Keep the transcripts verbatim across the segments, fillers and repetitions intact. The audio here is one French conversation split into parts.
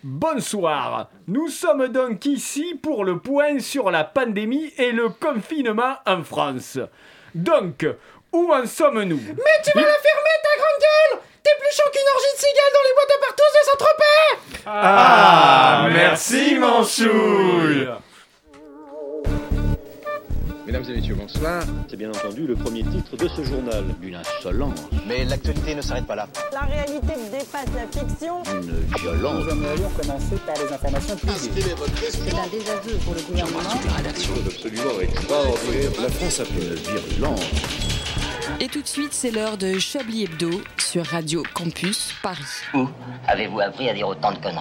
Bonsoir, nous sommes donc ici pour le point sur la pandémie et le confinement en France. Donc, où en sommes-nous ? Mais tu vas la fermer ta grande gueule ! T'es plus chaud qu'une orgie de cigales dans les boîtes de partout de Saint-Tropez ! Ah, merci Manchouille. Mesdames et messieurs, bonsoir. C'est bien entendu le premier titre de ce journal. Une insolence. Mais l'actualité ne s'arrête pas là. La réalité dépasse la fiction. Une violence. Nous aimerions commencer par les informations privées. C'est un désaveu pour le gouvernement. La rédaction est absolument extraordinaire. La France a fait une virulence. Et tout de suite, c'est l'heure de Chablis Hebdo sur Radio Campus Paris. Où avez-vous appris à dire autant de conneries ?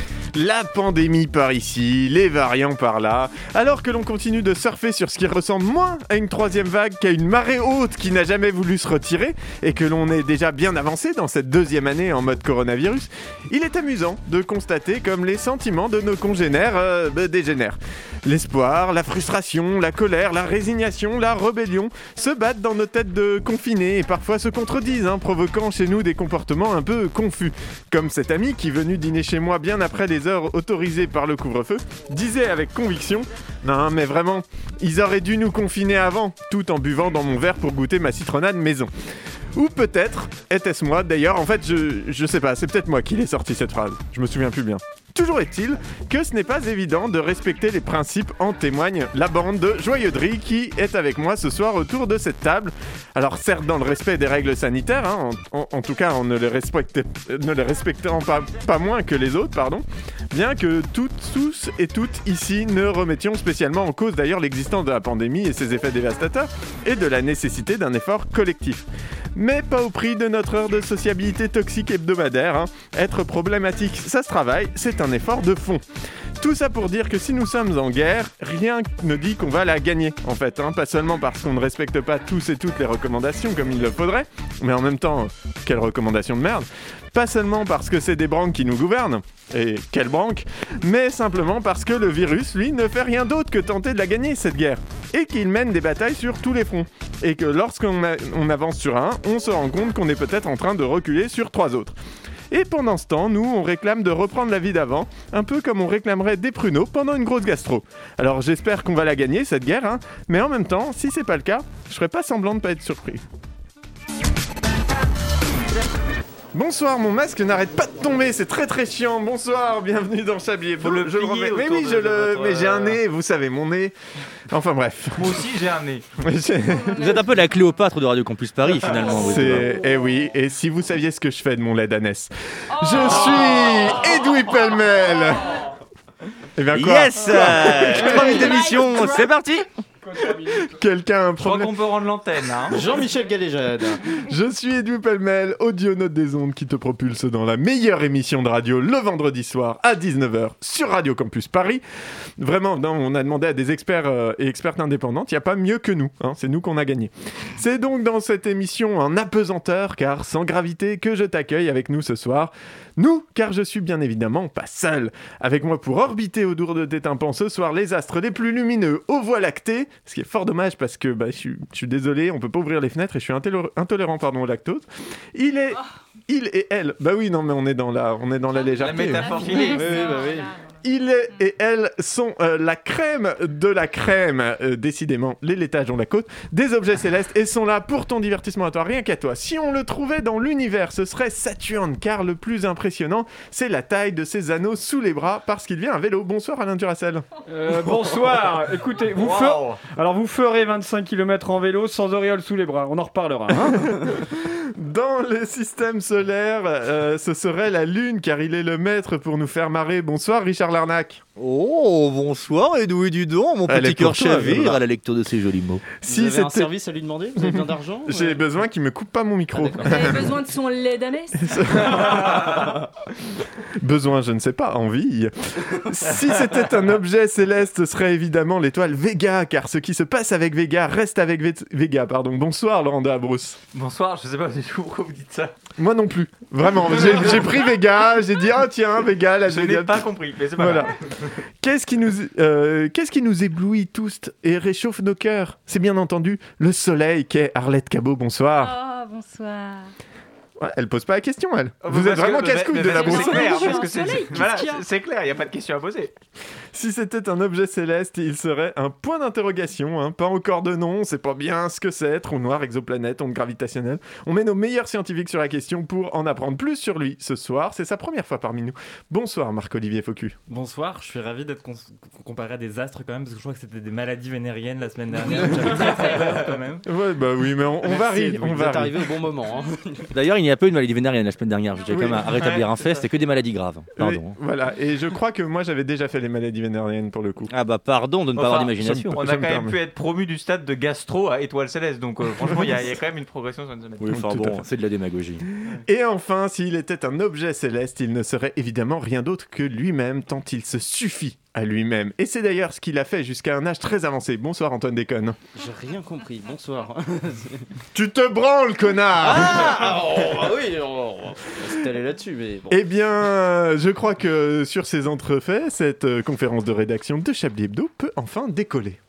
La pandémie par ici, les variants par là, alors que l'on continue de surfer sur ce qui ressemble moins à une troisième vague qu'à une marée haute qui n'a jamais voulu se retirer et que l'on est déjà bien avancé dans cette deuxième année en mode coronavirus, il est amusant de constater comme les sentiments de nos congénères euh, bah, dégénèrent. L'espoir, la frustration, la colère, la résignation, la rébellion se battent dans nos têtes de confinés et parfois se contredisent, hein, provoquant chez nous des comportements un peu confus. Comme cet ami qui, venu dîner chez moi bien après les heures autorisées par le couvre-feu, disait avec conviction « Non mais vraiment, ils auraient dû nous confiner avant, tout en buvant dans mon verre pour goûter ma citronnade maison. » Ou peut-être, était-ce moi d'ailleurs, en fait je, je sais pas, c'est peut-être moi qui l'ai sorti cette phrase, je me souviens plus bien. Toujours est-il que ce n'est pas évident de respecter les principes, en témoigne la bande de Joyeuderie qui est avec moi ce soir autour de cette table. Alors certes dans le respect des règles sanitaires, hein, en, en, en tout cas en ne les, ne les respectant pas, pas moins que les autres, pardon, bien que toutes, tous et toutes ici ne remettions spécialement en cause d'ailleurs l'existence de la pandémie et ses effets dévastateurs et de la nécessité d'un effort collectif. Mais pas au prix de notre heure de sociabilité toxique hebdomadaire, hein. Être problématique, ça se travaille, c'est un effort de fond. Tout ça pour dire que si nous sommes en guerre, rien ne dit qu'on va la gagner, en fait, hein. Pas seulement parce qu'on ne respecte pas tous et toutes les recommandations comme il le faudrait, mais en même temps, quelle recommandation de merde. Pas seulement parce que c'est des branques qui nous gouvernent, et quelle branque, mais simplement parce que le virus, lui, ne fait rien d'autre que tenter de la gagner, cette guerre, et qu'il mène des batailles sur tous les fronts, et que lorsqu'on a, on avance sur un, on se rend compte qu'on est peut-être en train de reculer sur trois autres. Et pendant ce temps, nous, on réclame de reprendre la vie d'avant, un peu comme on réclamerait des pruneaux pendant une grosse gastro. Alors j'espère qu'on va la gagner, cette guerre, hein, mais en même temps, si c'est pas le cas, je ferai pas semblant de pas être surpris. Bonsoir, mon masque n'arrête pas de tomber, c'est très très chiant. Bonsoir, bienvenue dans Chablis Hebdo. Faut le je le remets. Mais oui, je le. Votre... Mais j'ai un nez, vous savez, mon nez. Enfin bref. Moi aussi j'ai un nez. Vous êtes un peu la Cléopâtre de Radio Campus Paris finalement. C'est. Eh oui, et si vous saviez ce que je fais de mon lait d'ânesse. Oh je suis Edoui Pellemel. Et bien quoi ? Yes. trois minutes d'émission, c'est parti. Quelqu'un a un problème. Je crois qu'on peut rendre l'antenne. Hein. Jean-Michel Galéjade. Je suis Edoui Pellemel, audionaute des ondes qui te propulse dans la meilleure émission de radio le vendredi soir à dix-neuf heures sur Radio Campus Paris. Vraiment, non, on a demandé à des experts euh, et expertes indépendantes, il n'y a pas mieux que nous, hein, c'est nous qu'on a gagné. C'est donc dans cette émission en apesanteur, car sans gravité, que je t'accueille avec nous ce soir. Nous, car je suis bien évidemment pas seul. Avec moi pour orbiter autour de tes tympans ce soir les astres les plus lumineux aux Voies lactées, ce qui est fort dommage parce que bah, je, suis, je suis désolé, on peut pas ouvrir les fenêtres et je suis intolérant, intolérant pardon, au lactose. Il est... Il et elle. Bah oui, non, mais on est dans la, on est dans la légèreté. La métaphore finie. Oui, oui, bah oui. Il et elle sont euh, la crème de la crème. Euh, décidément, les laitages ont la côte. Des objets célestes et sont là pour ton divertissement à toi, rien qu'à toi. Si on le trouvait dans l'univers, ce serait Saturne, car le plus impressionnant, c'est la taille de ses anneaux sous les bras, parce qu'il vient à vélo. Bonsoir Alain Duracell. Euh, bonsoir. Écoutez, vous, wow. ferez... Alors, vous ferez vingt-cinq kilomètres en vélo sans auréole sous les bras. On en reparlera. Hein. Dans le système solaire, euh, ce serait la Lune, car il est le maître pour nous faire marrer. Bonsoir Richard Larnac. Oh, bonsoir Edoui Dudon, mon petit cœur chavire à la lecture de ces jolis mots. Si vous avez un service à lui demander ? Vous avez besoin d'argent ? J'ai euh... besoin qu'il me coupe pas mon micro. Ah, vous avez besoin de son lait d'ânesse ? Besoin, je ne sais pas, envie. Si c'était un objet céleste, ce serait évidemment l'étoile Vega, car ce qui se passe avec Vega reste avec v- Vega. Pardon. Bonsoir Laurent de Abrousse. Bonsoir, je sais pas du tout pourquoi vous dites ça. Moi non plus, vraiment. J'ai, j'ai pris Vega, j'ai dit, oh tiens, Vega, la Je Vega. n'ai pas compris, mais c'est pas voilà. grave. Qu'est-ce qui nous, euh, qu'est-ce qui nous éblouit tous et réchauffe nos cœurs ? C'est bien entendu le soleil qu'est Arlette Cabot. Bonsoir. Oh, bonsoir. Ouais, elle pose pas la question, elle. Oh, Vous parce êtes vraiment que- casse-couille mais- de mais la parce que brosse. C'est clair, Je suis parce en que c'est soleil, voilà, qu'est-ce qu'il y a c'est- c'est clair, il n'y a pas de question à poser. Si c'était un objet céleste, il serait un point d'interrogation, hein. Pas encore de nom, on sait pas bien ce que c'est, trou noir, exoplanète, onde gravitationnelle. On met nos meilleurs scientifiques sur la question pour en apprendre plus sur lui. Ce soir, c'est sa première fois parmi nous. Bonsoir Marc-Olivier Faucu. Bonsoir, je suis ravi d'être cons- comparé à des astres quand même, parce que je crois que c'était des maladies vénériennes la semaine dernière. J'avais très, très peur quand même. Ouais, bah oui, mais on, on Merci, varie, Edoui, on vous êtes varie. arrivé au bon moment. Hein. D'ailleurs, il n'y a pas eu de maladie vénérienne la semaine dernière. Je tiens Oui. quand même à rétablir Ouais, un fait, c'était que des maladies graves. Pardon. Oui, voilà, et je crois que moi j'avais déjà fait les maladies vénériennes pour le coup. Ah bah pardon de ne pas avoir Enfin, d'imagination. On Je a me quand même permets. pu être promu du stade de gastro à étoile céleste, donc euh, franchement, il y, a il y a quand même une progression sur une semaine. Oui, enfin Tout à bon, fait. c'est de la démagogie. Et enfin, s'il était un objet céleste, il ne serait évidemment rien d'autre que lui-même, tant il se suffit à lui-même. Et c'est d'ailleurs ce qu'il a fait jusqu'à un âge très avancé. Bonsoir Antoine Déconne. J'ai rien compris, bonsoir. Tu te branles, connard. Ah oh, bah oui, on va s'étaler là-dessus, mais bon. Eh bien, je crois que sur ces entrefaits, cette euh, conférence de rédaction de Chablis Hebdo peut enfin décoller.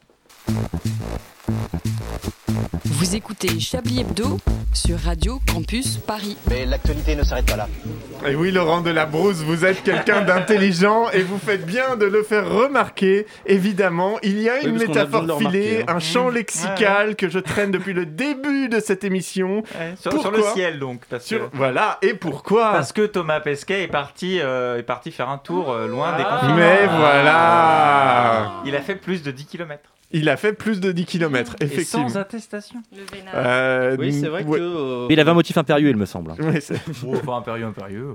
Vous écoutez Chablis Hebdo sur Radio Campus Paris. Mais l'actualité ne s'arrête pas là. Et oui, Laurent Delabrousse, vous êtes quelqu'un d'intelligent et vous faites bien de le faire remarquer. Évidemment, il y a une Oui, parce qu'on a besoin métaphore de le remarquer, filée, hein. un champ Mmh. lexical que je traîne depuis le début de cette émission. Ouais, sur, sur Pourquoi le ciel, donc. Parce que, Sur- Voilà, et pourquoi parce que Thomas Pesquet est parti, euh, est parti faire un tour euh, loin des confinements. Mais voilà. Il a fait plus de dix kilomètres. Il a fait plus de dix kilomètres, Et effectivement. sans attestation. Le vénard. Euh, Oui, c'est vrai que. ouais. euh, Il avait un motif impérieux, il me semble. Ouais, c'est- Oh, pas impérieux, impérieux.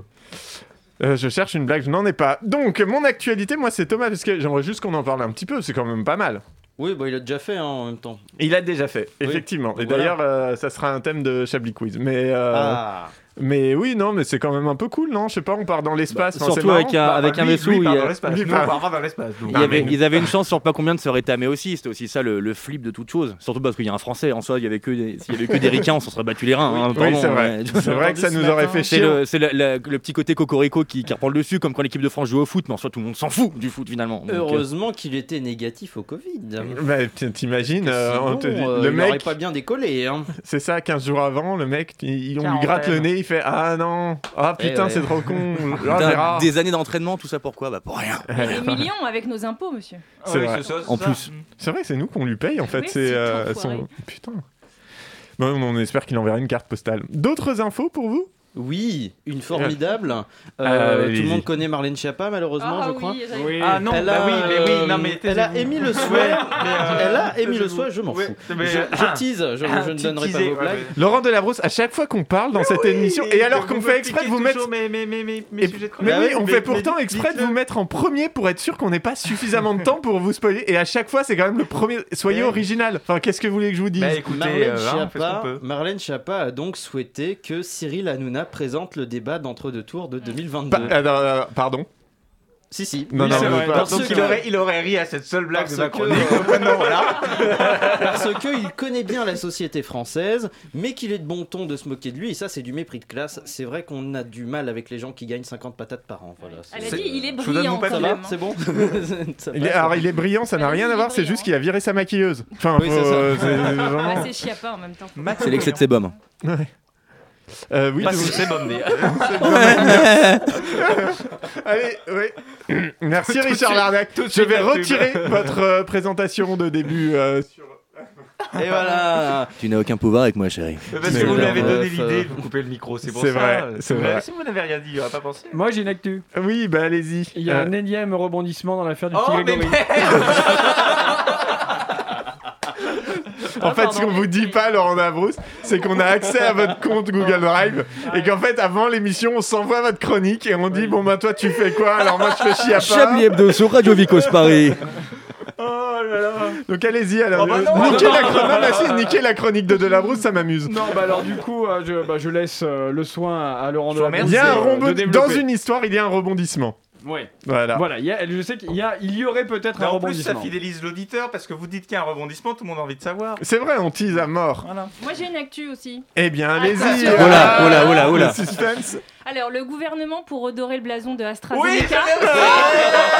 Euh, je cherche une blague, je n'en ai pas. Donc, mon actualité, moi, c'est Thomas, parce que j'aimerais juste qu'on en parle un petit peu, c'est quand même pas mal. Oui, bah il a déjà fait hein, en même temps. Il a déjà fait, Oui. effectivement. Et Voilà. d'ailleurs, euh, ça sera un thème de Chablis Quiz. Mais, euh, Ah mais oui, non, mais c'est quand même un peu cool, non? Je sais pas, on part dans l'espace. Bah, enfin, c'est surtout marrant. avec un, Bah, avec bah, un lui- vaisseau lui, où il il part y dans a- l'espace. lui Nous, part- on part pas dans l'espace. donc. Il y avait- mais- Ils avaient une chance sur pas combien de se rétamer aussi, c'était aussi ça le, le flip de toute chose. Surtout parce qu'il y a un Français en soi, il y avait que des, s'il y avait que des ricains, on s'en serait battu les reins. hein, Oui, pardon, c'est vrai. ouais. C'est vrai que ça entendu nous ce aurait matin. fait C'est chier. le, c'est le, la- le petit côté cocorico qui, qui reprend le dessus, comme quand l'équipe de France joue au foot, mais en soi tout le monde s'en fout du foot finalement. Donc, euh, Heureusement qu'il était négatif au Covid. Bah, t- t'imagines, euh, Sinon, on te dit- euh, le il n'aurait mec, pas bien décollé. Hein. c'est ça, quinze jours avant, le mec, il, on lui Quarantaine. gratte le nez, il fait Ah non, ah putain, Eh ouais. c'est trop con. Ah, putain, c'est rare. des années d'entraînement, tout ça pourquoi? Bah pour rien. Des millions avec nos impôts, monsieur. Ah C'est oui, vrai. ça, c'est En ça. plus. C'est vrai que c'est nous qu'on lui paye en fait. Oui, c'est c'est euh, enfoiré. son... Putain. Bon, on espère qu'il enverra une carte postale. D'autres infos pour vous? Oui, une formidable. Euh, Euh, tout allez-y. le monde connaît Marlène Schiappa, malheureusement, Ah je crois. oui, j'avais- Oui. Ah non, Elle bah a, oui, mais oui, euh, non, mais elle a taisez-vous. émis le souhait. Ouais, mais, euh, Elle a émis le taisez-vous. souhait, je m'en Ouais, fous. mais- je, ah. je tease, je, Ah, je ne tu donnerai pas teasais, vos ouais, blagues. ouais. Laurent Delabrousse, à chaque fois qu'on parle dans cette émission, et alors qu'on vous fait me exprès de piquez vous mettre. toujours mes, mes, mes, mes, mes Et- sujets de Mais Bah oui, oui, on mais- fait mais pourtant exprès de dites-le. vous mettre en premier pour être sûr qu'on n'ait pas suffisamment de temps pour vous spoiler. Et à chaque fois, c'est quand même le premier. Soyez Ouais. original. Enfin, qu'est-ce que vous voulez que je vous dise? Bah écoutez, Marlène, euh, hein, on fait ce qu'on Schiappa, peut. Marlène Schiappa a donc souhaité que Cyril Hanouna présente le débat d'entre-deux tours de deux mille vingt-deux. Pa- euh, euh, pardon. Si, si. Non, Oui, non, c'est mais vrai. pas- Parce Donc que- il aurait, il aurait ri à cette seule blague Parce de ma que, chronique. euh, Donc maintenant, voilà. Parce qu'il connaît bien la société française, mais qu'il est de bon ton de se moquer de lui, et ça c'est du mépris de classe. C'est vrai qu'on a du mal avec les gens qui gagnent cinquante patates par an. Voilà, c'est- Elle a C'est- dit, il est je vous donne brillant mon quand Ça papier. va, même. c'est bon. Ça Il est- passe. alors, il est brillant, ça n'a Elle a rien dit, à il voir, est c'est juste brillant. qu'il a viré sa maquilleuse. Enfin, Oui, faut- c'est ça. euh, c'est vraiment- Bah, c'est Schiappa en même temps. C'est l'excès de sébum. Euh, oui, Pas donc- sous c'est bon, mais. Allez, oui. Merci Tout de Richard suite, Larnac. tout de Je suite vais la pub. retirer votre euh, présentation de début. euh, sur- Et voilà. Tu n'as aucun pouvoir avec moi, chérie. Parce Mais que vous non, m'avez donné bref, l'idée euh, de vous couper le micro, c'est pour c'est ça. vrai, Si c'est vous vrai. l'avez- Si vous n'avez rien dit, il n'y aura pas pensé. Moi, j'ai une actu. Oui, bah allez-y. Il y a Euh, un énième rebondissement dans l'affaire du Oh, tigre mais gorille. En fait, ce qu'on vous dit pas, Laurent Delabrousse, c'est qu'on a accès à votre compte Google Drive et qu'en fait, avant l'émission, on s'envoie votre chronique et on dit bon bah toi tu fais quoi? Alors moi je fais Schiappa. Chablis Hebdo sur Radio Vicos Paris. Oh là là. Donc allez-y alors. Oh bah euh, non, niquez non, la non, chronique. non, bah si, non. niquez la chronique de Delabrousse, ça m'amuse. Non, bah alors du coup, euh, je, bah, je laisse euh, le soin à Laurent Je vous Delabrousse Il y a un euh, rebond- de dans développer. une histoire, il y a un rebondissement. Ouais. Voilà. Voilà, il y a, je sais qu'il y, a, il y aurait peut-être Mais un en plus, ça rebondissement. fidélise l'auditeur parce que vous dites qu'il y a un rebondissement, tout le monde a envie de savoir. C'est vrai, on tease à mort. Voilà. Moi, j'ai une actu aussi. Eh bien, allez-y. Attention. Oh là, oh là, oh là, oh là. Le suspense. Alors, le gouvernement, pour redorer le blason de Oui, AstraZeneca...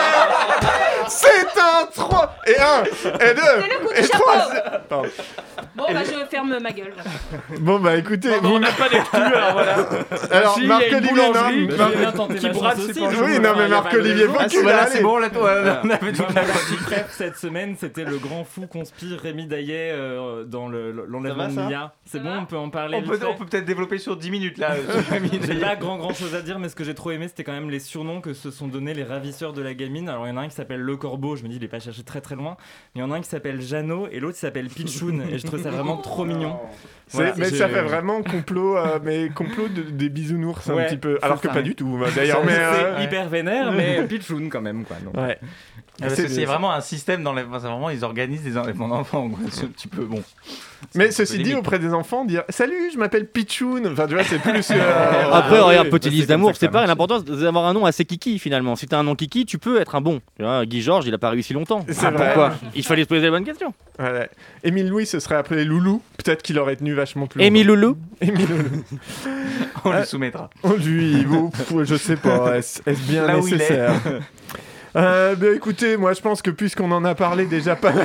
C'est un trois et un et deux C'est le coup et du trois. chapeau. Pardon. Bon, bah, je ferme ma gueule. Voilà. Bon, bah écoutez, Non, vous on n'a pas d'actu, alors voilà. Alors, Si, il y a une Marc-Olivier, boulangerie non, qui- Marc- vient tenter qui ma brade chance ses aussi. poches. Oui, non, mais Marc-Olivier, Ah, faut voilà, que c'est bon, là, toi, on avait toute la Ma petite rêve cette semaine, c'était le grand fou conspire Rémi Daillet euh, dans le- l'enlèvement Ça de va, ça Mia. C'est bon, on peut en parler. On vite peut, fait on peut peut-être développer sur dix minutes là. sur Rémi J'ai Daillet. pas grand grand chose à dire, mais ce que j'ai trop aimé, c'était quand même les surnoms que se sont donnés les ravisseurs de la gamine. Alors il y en a un qui s'appelle Le Corbeau, je me dis, il est pas cherché très très loin. Mais il y en a un qui s'appelle Jeannot et l'autre qui s'appelle Pichoun. Et je trouve ça vraiment trop mignon. C'est- Voilà, mais j'ai- ça fait vraiment complot, euh, mais complot de- des bisounours un Ouais, petit peu. c'est Alors que ça. pas du tout, bah, d'ailleurs. C'est Mais euh, hyper vénère, mais Pichoun quand même quoi. Donc. ouais. Ah, parce C'est- que c'est vraiment un système d'enlèvement. C'est vraiment, ils organisent des enlèvements d'enfants. quoi. C'est un petit peu bon. Mais C'est un ceci peu dit, limite. auprès des enfants, dire salut, je m'appelle Pichoun. Enfin, tu vois, c'est plus. euh, Après, ah, regarde, oui. Petite bah, liste c'est comme d'amour, ça que c'est ça pareil, marche. l'important c'est d'avoir un nom assez kiki finalement. Si t'as un nom kiki, tu peux être un bon. Tu vois, Guy Georges, il a pas réussi longtemps. C'est Ah, vrai. pourquoi Il fallait se poser les bonnes questions. Voilà. Émile Louis se serait appelé Loulou. Peut-être qu'il aurait tenu vachement plus. Émile Loulou. Émile Loulou. On Ah. le soumettra. On lui, bon, pff, je sais pas, est-ce est-ce bien Là où il est. nécessaire euh, ben écoutez, moi je pense que puisqu'on en a parlé déjà pas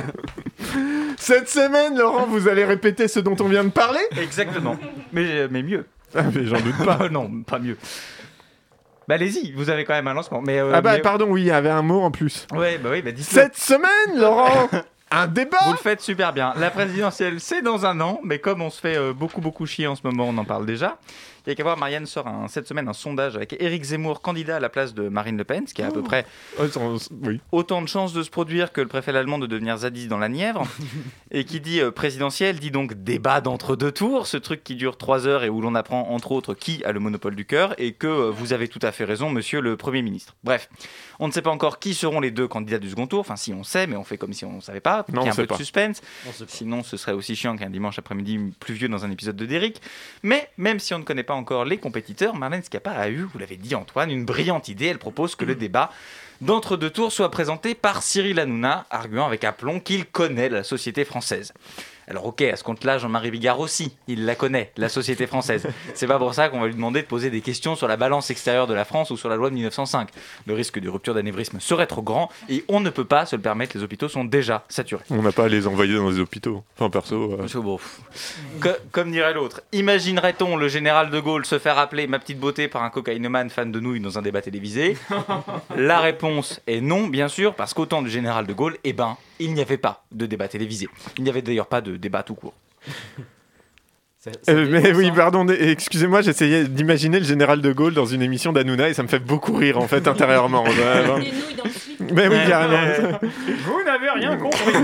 cette semaine, Laurent, vous allez répéter ce dont on vient de parler. Exactement. Mais, mais mieux. Ah, mais j'en doute pas. non, pas mieux. Bah allez-y, vous avez quand même un lancement. Mais, euh, Ah bah mais- pardon, oui, il y avait un mot en plus. Ouais, bah oui, bah dites-le. Cette semaine, Laurent, un débat. Vous le faites super bien. La présidentielle, c'est dans un an, mais comme on se fait euh, beaucoup, beaucoup chier en ce moment, on en parle déjà. Il y a qu'à voir, Marianne sort un- cette semaine un sondage avec Éric Zemmour, candidat à la place de Marine Le Pen, ce qui a à peu près Oh, sans- oui. autant de chances de se produire que le préfet allemand de devenir zadiste dans la Nièvre. Et qui dit euh, présidentielle, dit donc débat d'entre-deux tours, ce truc qui dure trois heures et où l'on apprend entre autres qui a le monopole du cœur, et que euh, vous avez tout à fait raison, monsieur le Premier ministre. Bref, on ne sait pas encore qui seront les deux candidats du second tour, enfin si on sait, mais on fait comme si on ne savait pas, Non, il y a on un sait peu pas. de suspense, sinon ce serait aussi chiant qu'un dimanche après-midi pluvieux dans un épisode de Derrick. Mais même si on ne connaît pas encore les compétiteurs, Marlène Schiappa a eu, vous l'avez dit Antoine, une brillante idée, elle propose que le débat d'entre-deux tours soit présenté par Cyril Hanouna, arguant avec aplomb qu'il connaît la société française. Alors ok, à ce compte-là, Jean-Marie Bigard aussi, il la connaît, la société française. C'est pas pour ça qu'on va lui demander de poser des questions sur la balance extérieure de la France ou sur la loi de mille neuf cent cinq. Le risque de rupture d'anévrisme serait trop grand et on ne peut pas se le permettre, les hôpitaux sont déjà saturés. On n'a pas à les envoyer dans les hôpitaux. Enfin, perso. euh, C'est bon. Co- comme dirait l'autre, imaginerait-on le général de Gaulle se faire appeler ma petite beauté par un cocaïnomane fan de nouilles dans un débat télévisé? La réponse est non, bien sûr, parce qu'au temps du général de Gaulle, eh ben, il n'y avait pas de débat télévisé. Il n'y avait d'ailleurs pas de débat tout court. Euh, mais oui, pardon, d- excusez-moi, j'essayais d'imaginer le général de Gaulle dans une émission d'Hanouna et ça me fait beaucoup rire en fait intérieurement. Ouais, Des nouilles dans le slip. mais oui, carrément. Vous n'avez rien compris.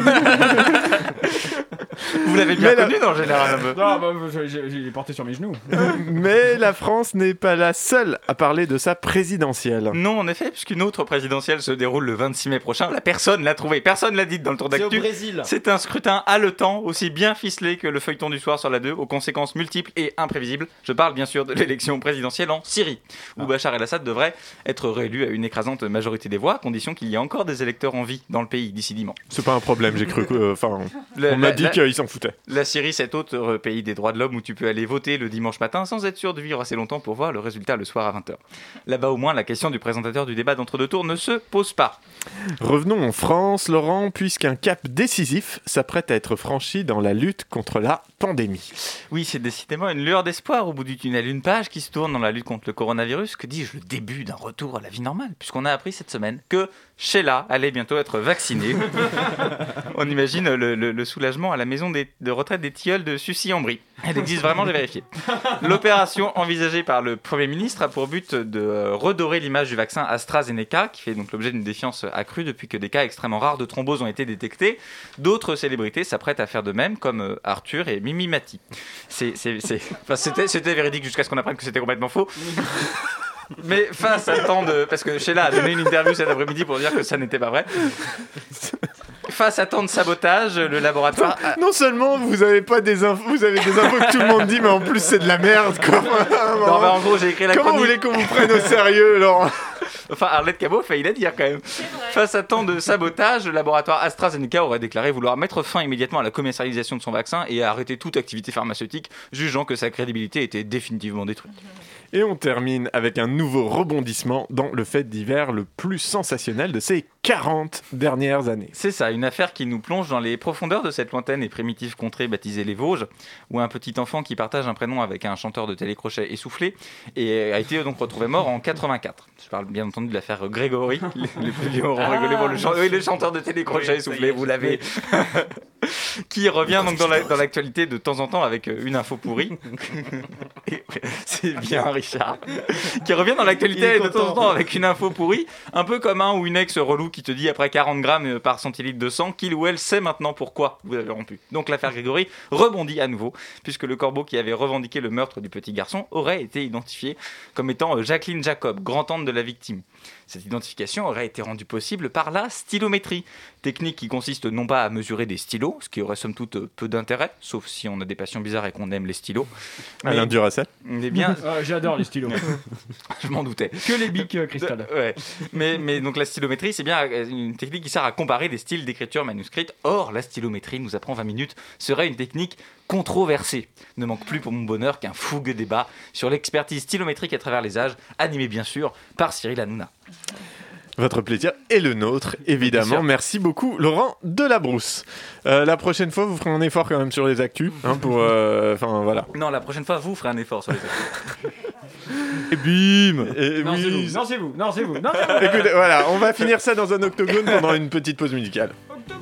Vous l'avez bien Mais la- connu dans le général un peu. Non, bah, je, je- je l'ai porté sur mes genoux. Mais la France n'est pas la seule à parler de sa présidentielle. Non, en effet, puisqu'une autre présidentielle se déroule le vingt-six mai prochain. La personne l'a trouvé, personne l'a dit dans le tour C'est au d'actu. Brésil. C'est un scrutin haletant, aussi bien ficelé que le feuilleton du soir sur la deux, aux conséquences multiples et imprévisibles. Je parle bien sûr de l'élection présidentielle en Syrie, où Bachar el-Assad devrait être réélu à une écrasante majorité des voix, à condition qu'il y ait encore des électeurs en vie dans le pays d'ici dimanche. C'est pas un problème, j'ai cru que. euh, Enfin, Le- on m'a la- dit la- qu'ils s'en foutaient. La Syrie, cet autre pays des droits de l'homme où tu peux aller voter le dimanche matin sans être sûr de vivre assez longtemps pour voir le résultat le soir à vingt heures. Là-bas, au moins, la question du présentateur du débat d'entre-deux tours ne se pose pas. Revenons en France, Laurent, puisqu'un cap décisif s'apprête à être franchi dans la lutte contre la pandémie. Oui, c'est décidément une lueur d'espoir au bout du tunnel. Une page qui se tourne dans la lutte contre le coronavirus, que dis-je, le début d'un retour à la vie normale, puisqu'on a appris cette semaine que Sheila allait bientôt être vaccinée. On imagine le, le- le soulagement à la maison des- de retraite des tilleuls de Sucy-en-Brie. Elle existe vraiment, j'ai vérifié. L'opération envisagée par le Premier ministre a pour but de euh, redorer l'image du vaccin AstraZeneca, qui fait donc l'objet d'une défiance accrue depuis que des cas extrêmement rares de thrombose ont été détectés. D'autres célébrités s'apprêtent à faire de même, comme euh, Arthur et Mimi Mati. C'est, c'est, c'est... Enfin, c'était, c'était véridique jusqu'à ce qu'on apprenne que c'était complètement faux. Mais face à tant de... Parce que Sheila a donné une interview cet après-midi pour dire que ça n'était pas vrai. Face à tant de sabotage, le laboratoire... a- Non seulement vous avez pas des infos, vous avez des infos que tout le monde dit, mais en plus c'est de la merde, quoi. Non, mais en gros, j'ai écrit la Comment vous chronique... voulez qu'on vous prenne au sérieux, Laurent? Enfin, Arlette Cabot a failli la dire quand même. Face à tant de sabotage, le laboratoire AstraZeneca aurait déclaré vouloir mettre fin immédiatement à la commercialisation de son vaccin et arrêter toute activité pharmaceutique, jugeant que sa crédibilité était définitivement détruite. Et on termine avec un nouveau rebondissement dans le fait divers le plus sensationnel de ces quarante dernières années. C'est ça, une affaire qui nous plonge dans les profondeurs de cette lointaine et primitive contrée baptisée les Vosges, où un petit enfant qui partage un prénom avec un chanteur de télécrochet essoufflé et a été donc retrouvé mort en quatre-vingt-quatre. Je parle bien entendu de l'affaire Grégory. Les, les plus vieux auront rigolé pour le, chan- oui, le chanteur de télécrochet essoufflé, vous l'avez. Qui revient donc dans, la, dans l'actualité de temps en temps avec une info pourrie. C'est bien Richard. Qui revient dans l'actualité de temps en temps avec une info pourrie, un peu comme un ou une ex relou qui te dit après quarante grammes par centilitre de sang qu'il ou elle sait maintenant pourquoi vous avez rompu. Donc l'affaire Grégory rebondit à nouveau, puisque le corbeau qui avait revendiqué le meurtre du petit garçon aurait été identifié comme étant Jacqueline Jacob, grand-tante de la victime. Cette identification aurait été rendue possible par la stylométrie, technique qui consiste non pas à mesurer des stylos, ce qui aurait somme toute peu d'intérêt, sauf si on a des passions bizarres et qu'on aime les stylos. Alain Duracell. Mais bien, Ah, j'adore les stylos. je m'en doutais. Que les bics euh, cristal. Ouais. Mais, mais donc la stylométrie, c'est bien une technique qui sert à comparer des styles d'écriture manuscrite. Or, la stylométrie, nous apprend vingt minutes, serait une technique controversée. Ne manque plus pour mon bonheur qu'un fougueux débat sur l'expertise stylométrique à travers les âges, animé bien sûr par Cyril Hanouna. Votre plaisir est le nôtre, évidemment. Merci beaucoup, Laurent Delabrousse. Euh, la prochaine fois, vous ferez un effort quand même sur les actus. Hein, pour, euh, enfin, voilà. Non, la prochaine fois, vous ferez un effort sur les actus. Et bim et Non, oui. c'est vous. Non, c'est vous. Non, c'est vous. Non, c'est vous. Écoutez, voilà, on va finir ça dans un octogone pendant une petite pause musicale.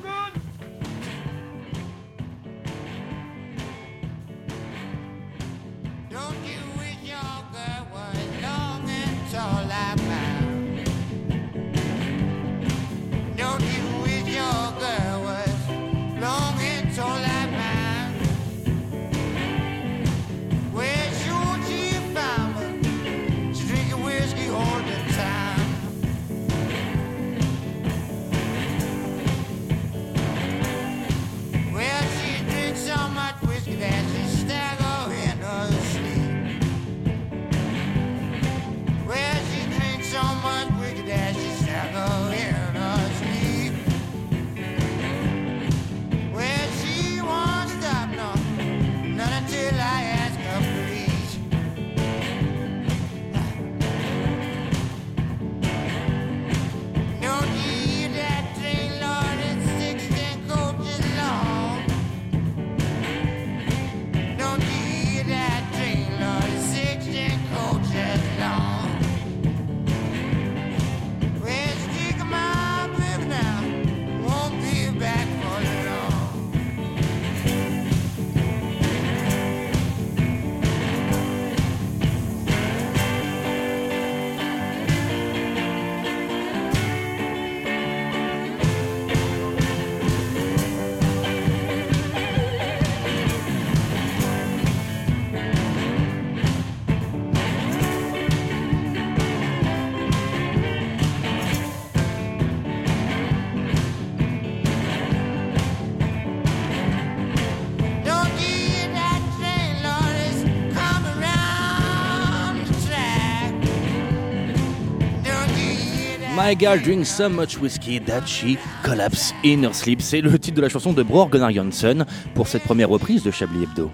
My girl drinks so much whiskey that she collapses in her sleep. C'est le titre de la chanson de Bror Gunnar Jansson pour cette première reprise de Chablis Hebdo.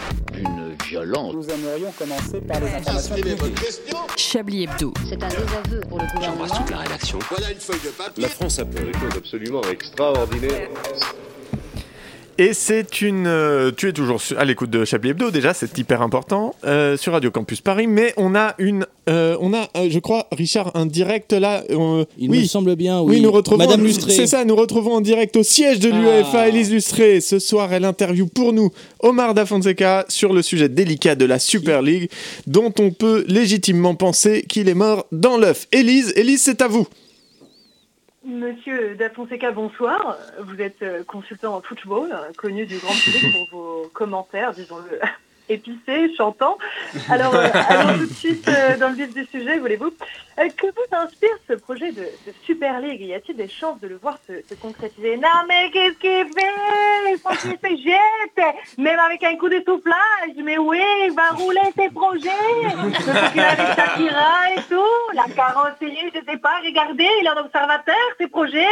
Une violence. Nous aimerions commencer par les informations publiques. Chablis Hebdo. C'est un désaveu pour le gouvernement. J'embrasse toute la rédaction. Voilà une feuille de papier. La France a fait des choses absolument extraordinaires. Et c'est une... Euh, tu es toujours à l'écoute de Chablis Hebdo, déjà, c'est hyper important, euh, sur Radio Campus Paris, mais on a une... Euh, on a, euh, je crois, Richard, un direct là... Euh, Il oui. me semble bien, oui. Oui, nous retrouvons... Madame Lustré. C'est ça, nous retrouvons en direct au siège de l'UEFA, Ah. Élise Lustré. Ce soir, elle interviewe pour nous Omar Da Fonseca sur le sujet délicat de la Super League, dont on peut légitimement penser qu'il est mort dans l'œuf. Élise, Élise, c'est à vous. Monsieur Da Fonseca, bonsoir. Vous êtes euh, consultant en football, euh, connu du grand public pour vos commentaires, disons-le, épicé, chantant. Alors, euh, allons tout de suite euh, dans le vif du sujet, voulez-vous. Euh, que vous inspire ce projet de, de Super League? Y a-t-il des chances de le voir se, se concrétiser? Non, mais qu'est-ce qu'il fait? Il faut qu'il se jette, même avec un coup de soufflage. Mais oui, il va rouler ses projets. Surtout qu'il a avec Shakira et tout. La carrosserie, je sais pas, regardez, il est un observateur, ses projets.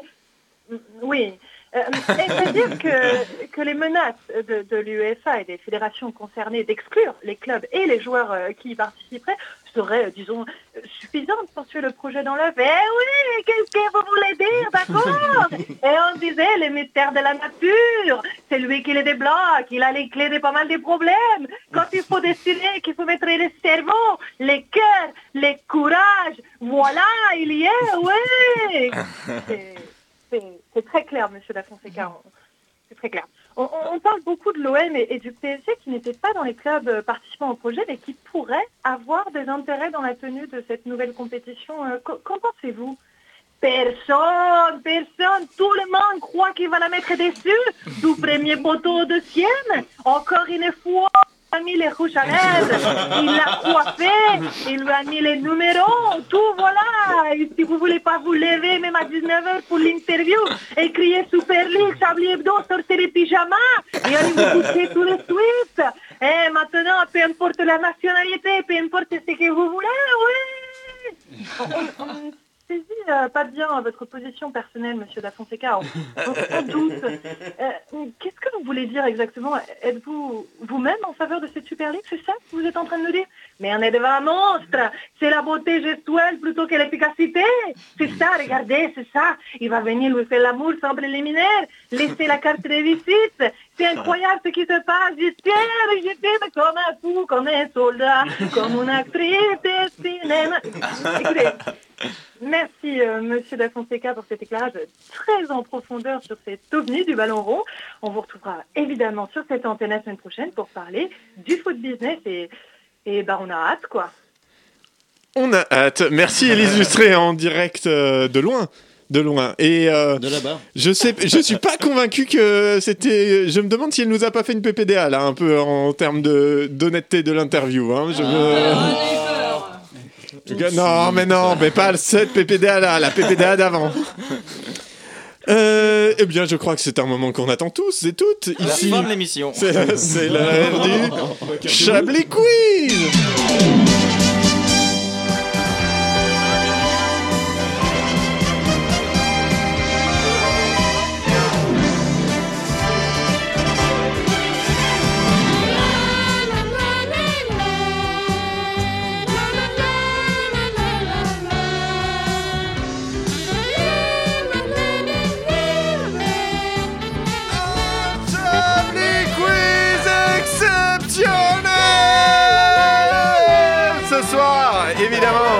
Oui. Euh, C'est-à-dire que, que les menaces de, de l'UEFA et des fédérations concernées d'exclure les clubs et les joueurs euh, qui y participeraient seraient, disons, suffisantes pour tuer le projet dans l'œuf. Eh oui, qu'est-ce que vous voulez dire, d'accord? Et on disait les mystères de la nature, c'est lui qui les débloque, il a les clés de pas mal de problèmes. Quand il faut décider qu'il faut mettre les cerveaux, les cœurs, les courages, voilà, il y est, oui. C'est... C'est, c'est très clair, monsieur Da Fonseca. C'est très clair. On, on parle beaucoup de l'O M et, et du P S G qui n'étaient pas dans les clubs participants au projet, mais qui pourraient avoir des intérêts dans la tenue de cette nouvelle compétition. Qu'en, qu'en pensez-vous? Personne, personne, tout le monde croit qu'il va la mettre dessus, du premier poteau au deuxième. Encore une fois, il a mis les rouges à lèvres, il l'a coiffé, il lui a mis les numéros, tout voilà. Et si vous voulez pas vous lever même à dix-neuf heures pour l'interview et crier Super League, Chablis Hebdo, sortez les pyjamas et allez vous coucher tout de suite. Et maintenant, peu importe la nationalité, peu importe ce que vous voulez, oui. On, on, on saisit euh, pas bien votre position personnelle, monsieur Da Fonseca. On, on, on doute. Euh, qu'est-ce que vous voulez dire exactement? Êtes-vous vous-même en faveur de cette Super League? C'est ça que vous êtes en train de nous dire? Mais on est devant un monstre. C'est la beauté gestuelle plutôt que l'efficacité. C'est ça, regardez, c'est ça. Il va venir lui faire l'amour sans préliminaire, laisser la carte de visite. C'est incroyable ce qui se passe. Je t'aime, je t'aime comme un fou, comme un soldat, comme une actrice de cinéma. Écoutez, merci, euh, monsieur Da Fonseca, pour cet éclairage très en profondeur sur cet ovni du ballon rond. On vous retrouvera évidemment sur cette antenne la semaine prochaine pour parler du foot business et, et bah, on a hâte, quoi. On a hâte. Merci, Élise Lustré, en direct euh, de loin. De loin. Et euh, de là-bas. Je sais, je suis pas convaincu que c'était. Je me demande si elle nous a pas fait une P P D A là, un peu en termes de d'honnêteté de l'interview. Hein. Je me... Non, mais non, mais pas cette P P D A là, la P P D A d'avant. Euh, eh bien, je crois que c'est un moment qu'on attend tous et toutes ici. La fin de l'émission. C'est, c'est l'heure du Chablis Quiz. Évidemment,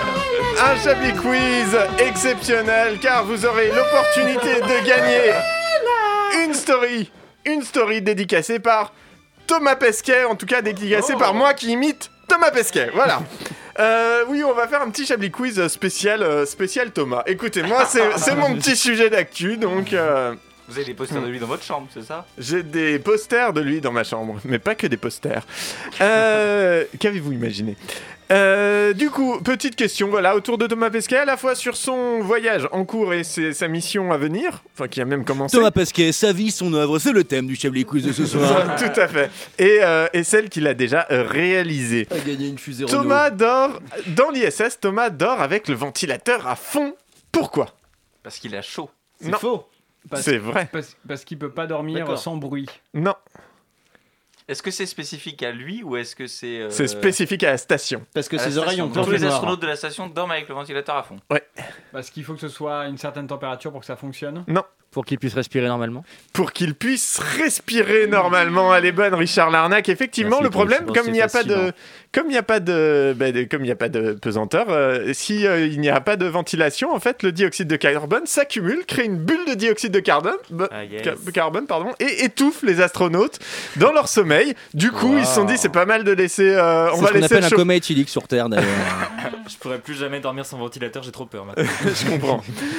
un Chablis Quiz exceptionnel car vous aurez l'opportunité de gagner une story, une story dédicacée par Thomas Pesquet, en tout cas dédicacée oh. par moi qui imite Thomas Pesquet. Voilà. Euh, oui, on va faire un petit Chablis Quiz spécial, euh, spécial Thomas. Écoutez, moi c'est, c'est mon petit sujet d'actu, donc. Euh... Vous avez des posters de lui dans votre chambre, c'est ça? J'ai des posters de lui dans ma chambre, mais pas que des posters. Euh, qu'avez-vous imaginé? Euh, du coup, petite question, voilà, autour de Thomas Pesquet, à la fois sur son voyage en cours et ses, sa mission à venir, enfin qui a même commencé. Thomas Pesquet, sa vie, son œuvre, c'est le thème du Chablis Quiz de ce soir. Tout à fait. Et, euh, et celle qu'il a déjà euh, réalisée. A gagné une fusée Thomas dort, dans l'I S S, Thomas dort avec le ventilateur à fond. Pourquoi? Parce qu'il a chaud. C'est non. faux. Parce, c'est vrai. Parce, parce qu'il peut pas dormir D'accord. sans bruit. Non. Est-ce que c'est spécifique à lui ou est-ce que c'est... Euh... C'est spécifique à la station. Parce que ses oreilles ont plein de Tous les astronautes de la station dorment avec le ventilateur à fond. Ouais. Parce qu'il faut que ce soit une certaine température pour que ça fonctionne. Non. Pour qu'il puisse respirer normalement. Pour qu'il puisse respirer normalement. Elle est bonne, Richard Larnac. Effectivement, Merci le problème, comme il n'y a pas de, comme il n'y a pas de, bah, de, comme il n'y a pas de pesanteur, euh, si euh, il n'y a pas de ventilation, en fait, le dioxyde de carbone s'accumule, crée une bulle de dioxyde de carbone, bah, ah, yes. ca- carbone, pardon, et étouffe les astronautes dans leur sommeil. Du coup, wow. ils se sont dit, c'est pas mal de laisser. Euh, on c'est va ce qu'on laisser appelle chaud... un coma éthylique sur Terre, d'ailleurs. Je pourrais plus jamais dormir sans ventilateur, j'ai trop peur maintenant. Je comprends.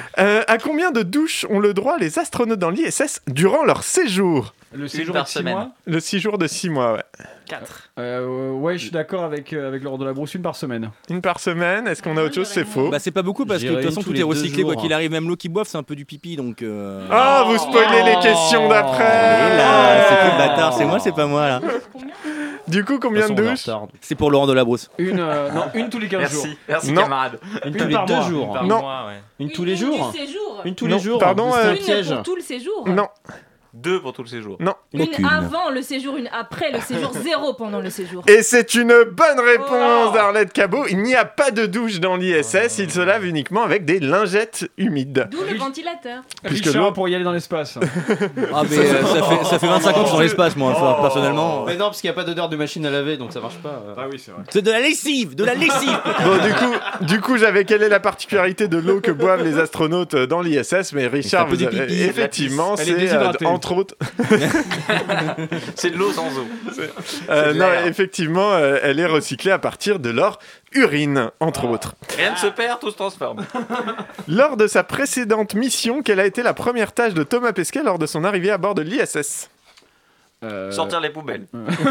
Euh, à combien de douches ont le droit les astronautes dans l'I S S durant leur séjour ? Le séjour par de six semaine. mois Le séjour de six mois, ouais. quatre. Euh, ouais, je suis d'accord avec, euh, avec Laurent Delabrousse, une par semaine. Une par semaine, est-ce qu'on a autre chose ? C'est faux. Bah c'est pas beaucoup parce que de J'irai toute façon tous tout les est recyclé deux quoi jours. qu'il arrive, même l'eau qu'ils boivent c'est un peu du pipi donc. Euh... Ah, vous spoilez les questions Et d'après. là, c'est qui le bâtard, c'est moi, c'est pas moi là. Du coup, combien de douches ? C'est pour Laurent Delabrousse. Une, euh, non, une tous les quinze jours. Merci, merci Non. camarade. Une Une tous les par deux mois. jours. Par Non. mois, ouais. Une tous les jours. Du séjour. Une tous Non, les jours. pardon, C'est euh, un Une piège. pour tout le séjour. Non, Deux pour tout le séjour. non. Une Aucune. avant le séjour, une après le séjour, zéro pendant le séjour. Et c'est une bonne réponse Oh. d'Arlette Cabot. Il n'y a pas de douche dans l'I S S, il se lave uniquement avec des lingettes humides. D'où le ventilateur. Puisque Richard l'eau- pour y aller dans l'espace. Ah mais euh, ça fait ça fait vingt-cinq ans que je suis dans l'espace moi, enfin, personnellement. Mais non, parce qu'il n'y a pas d'odeur de machine à laver, donc ça marche pas. Ah oui, c'est vrai. C'est de la lessive, de la lessive. Bon, du coup, du coup, j'avais quelle est la particularité de l'eau que boivent les astronautes dans l'I S S, mais Richard, C'est un peu vous du avez- pipi. effectivement, Elle est c'est euh, déshydratée. entre autres. C'est de l'eau sans eau. Euh, de non, l'air. effectivement, euh, elle est recyclée à partir de leur urine, entre autres. Rien ne se perd, tout se transforme. Lors de sa précédente mission, quelle a été la première tâche de Thomas Pesquet lors de son arrivée à bord de l'I S S ? Euh, Sortir les poubelles.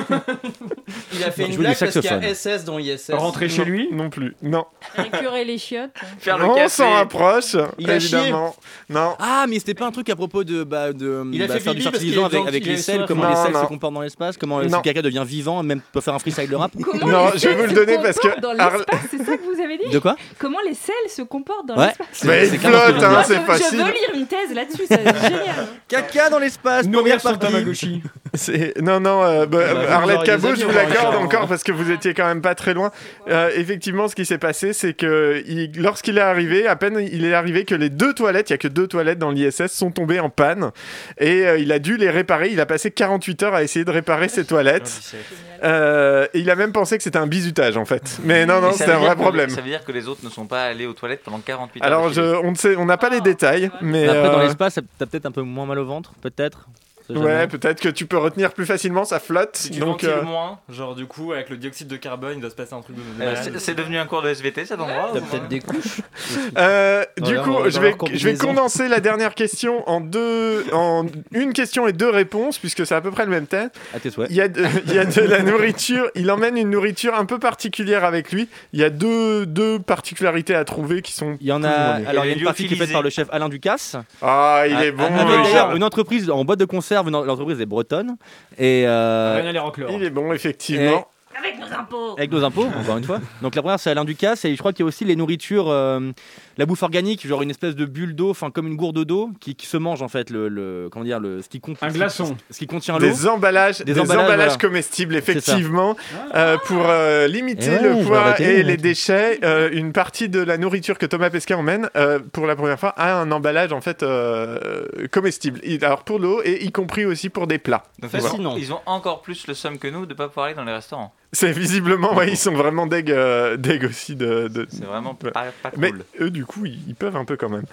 Il a fait une Jouer blague du parce qu'il y a saxophone. S S dans I S S. Rentrer chez lui. Non plus, non. Récurer les chiottes. Faire le On café. s'en rapproche, Il a évidemment. Non. Ah mais c'était pas un truc à propos de bah, de Il a bah, fait faire du pipi parce fertilisant qu'il est avec, avec gentil, il les est sels, soif. comment Non, les sels non. se comportent dans l'espace, comment le Non. si caca devient vivant, même peut faire un freestyle de rap. Comment Non, les je vais selles vous le se donner parce que comportent dans Arl- l'espace, c'est ça que vous avez dit De quoi? Comment les selles se comportent dans Ouais. l'espace C'est- Mais c'est il clairement ce que je flotte, viens de hein, dire. c'est je, je facile. veux lire une thèse là-dessus, c'est génial. Caca dans l'espace, Nourrir première son partie. Tamagotchi. C'est- Non, non, euh, bah, Bah, vous Arlette auriez Cabot, des je amis, vous on va l'accorde faire. encore parce que vous étiez quand même pas très loin. Euh, effectivement, ce qui s'est passé, c'est que il- lorsqu'il est arrivé, à peine il est arrivé que les deux toilettes, il y a que deux toilettes dans l'I S S, sont tombées en panne et euh, il a dû les réparer. Il a passé quarante-huit heures à essayer de réparer ces toilettes. Euh, et il a même pensé que c'était un bizutage en fait. Mais non, non, Mais ça c'était veut un dire vrai que- problème. Ça veut dire que les autres ne sont pas allés aux toilettes pendant quarante-huit heures. Alors, je, on ne sait, on n'a pas les détails, mais Mais après dans euh, l'espace, t'as peut-être un peu moins mal au ventre, peut-être. C'est ouais, jamais. peut-être que tu peux retenir plus facilement, ça flotte. Si tu Donc, ventiles euh, moins, genre du coup avec le dioxyde de carbone, il doit se passer un truc de Euh, malade. c'est- c'est devenu un cours de S V T cet endroit T'as ou- peut-être des couches. Euh, Dans du leur- coup, dans je vais, leur je vais combinaison. condenser la dernière question en deux, en une question et deux réponses, puisque c'est à peu près le même thème. À tes souhaits. Il y a de, il y a de la nourriture. Il emmène une nourriture un peu particulière avec lui. Il y a deux, deux particularités à trouver qui sont. Il y en plus ou moins a. liées. Alors il y a Et une partie qui est faite lyophilisé. par le chef Alain Ducasse. Ah, il est bon. Avec Richard. d'ailleurs une entreprise en boîte de conserve, une- l'entreprise est bretonne et euh, Rien à les roqueleurs. Il est bon, effectivement. Avec nos impôts. avec nos impôts, encore une fois. Donc la première c'est Alain Ducasse et je crois qu'il y a aussi les nourritures, euh, la bouffe organique, genre une espèce de bulle d'eau, enfin comme une gourde d'eau qui, qui se mange en fait le, le comment dire le ce qui contient Un glaçon. ce qui contient l'eau. Des emballages, des, Des emballages, emballages, voilà. comestibles, ça. effectivement, euh, pour euh, limiter Eh ouais, le je vais poids arrêter, et ouais. les déchets. Euh, une partie de la nourriture que Thomas Pesquet emmène, euh, pour la première fois, a un emballage en fait euh, comestible. Il- Alors pour l'eau et y compris aussi pour des plats. Donc, Voilà. Fascinant. Ils ont encore plus le somme que nous de pas pouvoir aller dans les restaurants. C'est visiblement, ouais, ils sont vraiment deg, euh, deg aussi de. de- C'est vraiment Ouais. pas, pas Mais cool. eux, du coup, ils, ils peuvent un peu quand même.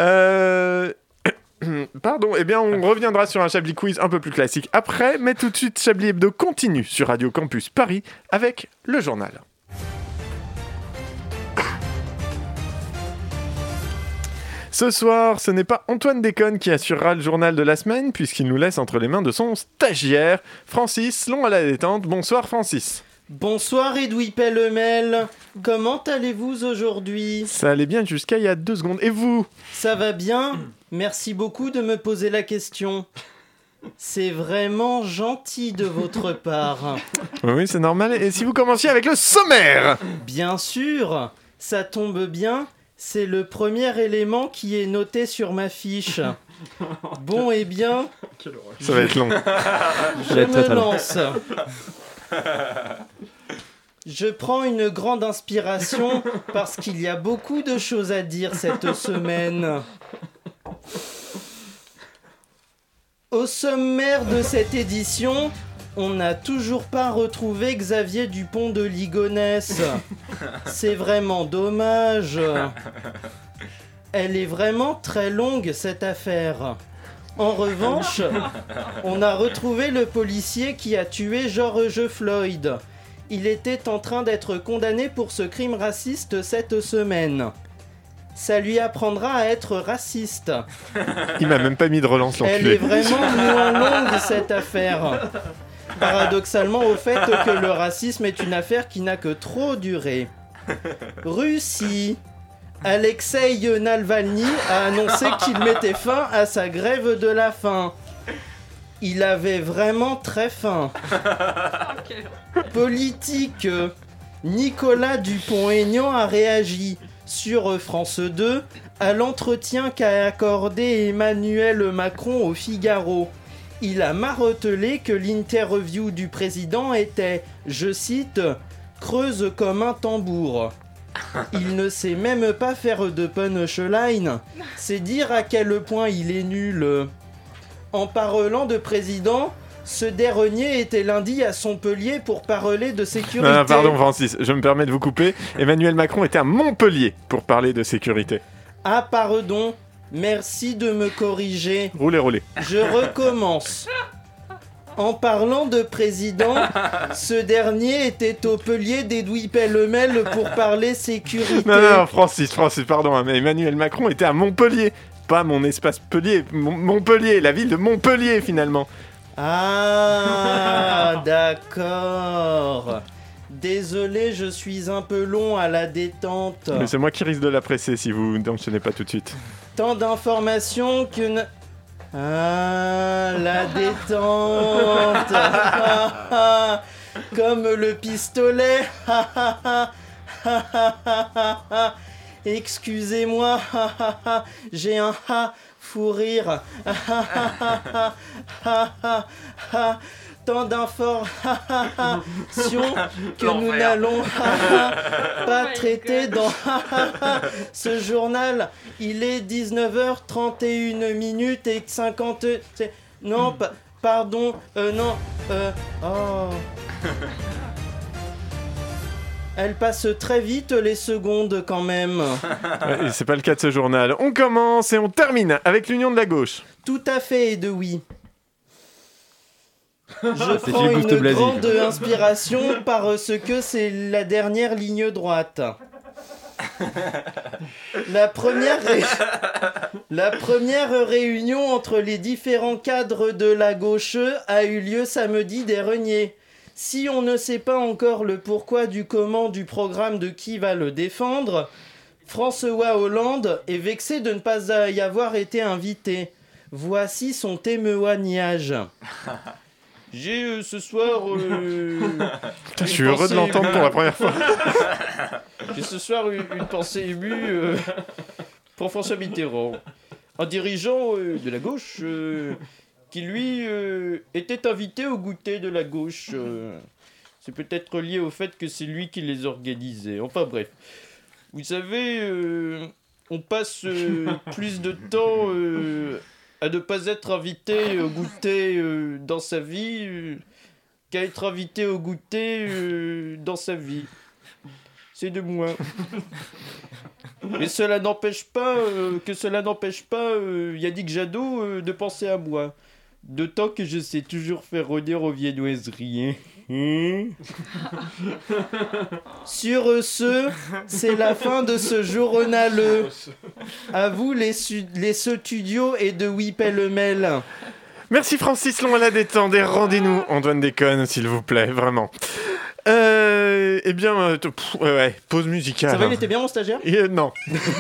Euh... Pardon, eh bien, on reviendra sur un Chablis Quiz un peu plus classique après, mais tout de suite, Chablis Hebdo continue sur Radio Campus Paris avec le journal. Ce soir, ce n'est pas Antoine Déconne qui assurera le journal de la semaine, puisqu'il nous laisse entre les mains de son stagiaire, Francis, long à la détente. Bonsoir, Francis. Bonsoir Edoui Pellemel. Comment allez-vous aujourd'hui? Ça allait bien jusqu'à il y a deux secondes. Et vous? Ça va bien? Merci beaucoup de me poser la question. C'est vraiment gentil de votre part. Oui, c'est normal. Et si vous commenciez avec le sommaire? Bien sûr, ça tombe bien. C'est le premier élément qui est noté sur ma fiche. Bon, eh bien, Ça va être long. je va être très, me très long. lance. Je prends une grande inspiration parce qu'il y a beaucoup de choses à dire cette semaine. Au sommaire de cette édition, on n'a toujours pas retrouvé Xavier Dupont de Ligonnès. C'est vraiment dommage. Elle est vraiment très longue cette affaire. En revanche, on a retrouvé le policier qui a tué George Floyd. Il était en train d'être condamné pour ce crime raciste cette semaine. ça lui apprendra à être raciste. Il m'a même pas mis de relance, l'enculé. Elle est vraiment moins longue, cette affaire. Paradoxalement au fait que le racisme est une affaire qui n'a que trop duré. Russie. Alexei Navalny a annoncé qu'il mettait fin à sa grève de la faim. Il avait vraiment très faim. Politique. Nicolas Dupont-Aignan a réagi sur France deux à l'entretien qu'a accordé Emmanuel Macron au Figaro. Il a martelé que l'interview du président était, je cite, « creuse comme un tambour ». Il ne sait même pas faire de punchline. C'est dire à quel point il est nul. En parlant de président, ce dernier était lundi à Montpellier pour parler de sécurité. Non, non, pardon Francis, je me permets de vous couper. Emmanuel Macron était à Montpellier pour parler de sécurité. Ah pardon, merci de me corriger. Roulez, roulez. Je recommence. En parlant de président, ce dernier était au Pellier d'Edoui Pellemel pour parler sécurité. Non, non, Francis, Francis, pardon, hein, mais Emmanuel Macron était à Montpellier, pas mon espace Pellier, Mon- Montpellier, la ville de Montpellier finalement. Ah, d'accord. Désolé, je suis un peu long à la détente. Mais c'est moi qui risque de la presser si vous n'enchaînez pas tout de suite. Tant d'informations que... ne- Ah, la détente. Ah, ah, comme le pistolet. Ah, ah, ah, ah, ah, ah, ah. Excusez-moi, ah, ah, ah, j'ai un ha fou rire. Ah, ah, ah, ah, ah, ah, ah. Tant d'informations que nous n'allons pas traiter dans ce journal. Il est dix-neuf heures trente et une minutes et cinquante... c'est- Non, pa- pardon, euh, non, euh... Oh... Elle passe très vite les secondes quand même. Ouais, c'est pas le cas de ce journal. On commence et on termine avec l'Union de la gauche. Tout à fait, de oui. Je C'est prends Philippe une Gouste-Blazy. grande inspiration parce que c'est la dernière ligne droite. La première, ré- la première réunion entre les différents cadres de la gauche a eu lieu samedi dernier. Si on ne sait pas encore le pourquoi du comment du programme de qui va le défendre, François Hollande est vexé de ne pas y avoir été invité. Voici son témoignage. J'ai euh, ce soir... euh, Putain, je suis une heureux de pensée l'entendre émue. pour la première fois. J'ai ce soir une, une pensée émue euh, pour François Mitterrand, un dirigeant euh, de la gauche euh, qui lui euh, était invité au goûter de la gauche. euh. C'est peut-être lié au fait que c'est lui qui les organisait. Enfin bref. Vous savez, euh, on passe euh, plus de temps euh, à ne pas être invité au goûter euh, dans sa vie euh, qu'à être invité au goûter euh, dans sa vie. C'est de moi. Mais cela n'empêche pas euh, que cela n'empêche pas euh, Yannick Jadot euh, de penser à moi. D'autant que je sais toujours faire honneur aux viennoiseries. Hein. Sur ce, c'est la fin de ce journal. À vous les, su- les studios et de Whipellemel. Merci Francis Long à la détente et rendez-nous Antoine Déconne s'il vous plaît, vraiment. Euh, eh bien, euh, t- pff, ouais, ouais, pause musicale. Ça va, il était bien mon stagiaire ? Et, euh, Non.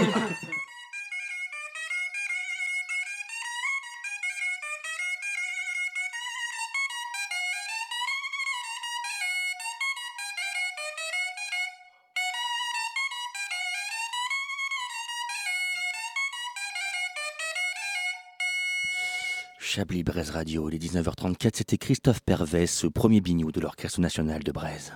Chablis Braise Radio, il est dix-neuf heures trente-quatre, c'était Christophe Pervez, ce premier bignou de l'Orchestre National de Braise.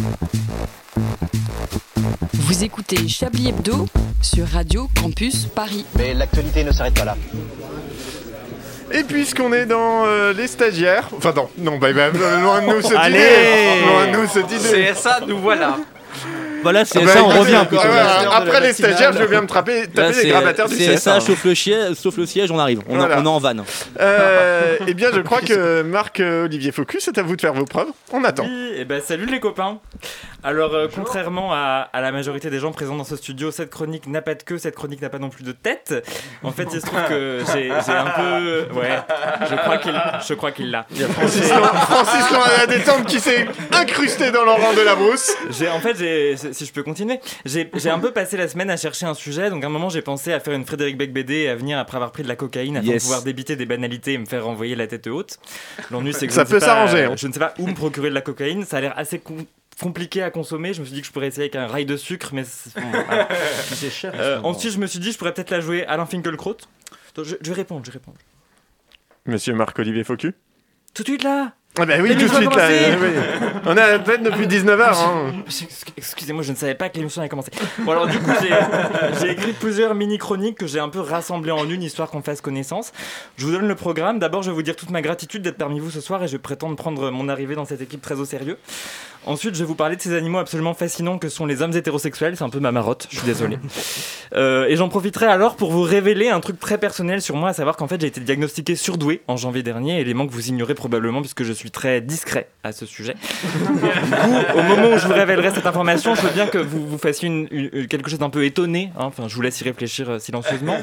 Vous écoutez Chablis Hebdo sur Radio Campus Paris. Mais l'actualité ne s'arrête pas là. Et puisqu'on est dans euh, les stagiaires, enfin non, non, bah, bah, loin de nous cette Allez, idée, loin de nous cette idée. C'est ça, nous voilà. Voilà, C S A, Bah, on écoutez, revient plutôt. ouais, là. après les stagiaires, je veux bien me taper, taper Là, les c'est- gravataires du C S A. C S A, sauf le, siège, sauf le siège, on arrive. On, Voilà. est, on est en vanne. Euh, eh bien, je crois que Marc euh, Olivier Focus, c'est à vous de faire vos preuves. On attend. Oui, et ben salut les copains. Alors, euh, contrairement à, à la majorité des gens présents dans ce studio, cette chronique n'a pas de queue, cette chronique n'a pas non plus de tête. En fait, il se trouve que j'ai j'ai un peu. Ouais, je crois qu'il je crois qu'il l'a. Il y a Francis Lan- Francis Lan à la détente qui s'est incrusté dans le rang de la brousse. J'ai, en fait, j'ai, si je peux continuer, j'ai, j'ai un peu passé la semaine à chercher un sujet. Donc, à un moment, j'ai pensé à faire une Frédéric Becbédé et à venir après avoir pris de la cocaïne afin Yes. de pouvoir débiter des banalités et me faire renvoyer la tête haute. L'ennui, c'est que Ça je ne peut sais pas, s'arranger, hein. Je ne sais pas où me procurer de la cocaïne. Ça a l'air assez com- compliqué à consommer. Je me suis dit que je pourrais essayer avec un rail de sucre, mais c'est, bon, voilà. C'est cher. Euh, ensuite, je me suis dit, je pourrais peut-être la jouer Alain Finkielkraut. Donc, je, je vais répondre, je vais répondre. Monsieur Marc Olivier Focus. Tout de suite là. Ah bah oui, Mais tout de nous suite avons là. commencé. euh, oui. On est à la tête depuis dix-neuf heures. Hein. Excusez-moi, je ne savais pas que l'émission allait commencer. Bon alors du coup, j'ai, j'ai écrit plusieurs mini-chroniques que j'ai un peu rassemblées en une, histoire qu'on fasse connaissance. Je vous donne le programme. D'abord, je vais vous dire toute ma gratitude d'être parmi vous ce soir et je prétends prendre mon arrivée dans cette équipe très au sérieux. Ensuite, je vais vous parler de ces animaux absolument fascinants que sont les hommes hétérosexuels. C'est un peu ma marotte, je suis désolé. Euh, et j'en profiterai alors pour vous révéler un truc très personnel sur moi, à savoir qu'en fait, j'ai été diagnostiqué surdoué en janvier dernier, élément que vous ignorez probablement puisque je suis très discret à ce sujet. Du coup, au moment où je vous révélerai cette information, je veux bien que vous, vous fassiez une, une- quelque chose d'un peu étonné. Hein. Enfin, je vous laisse y réfléchir euh, silencieusement.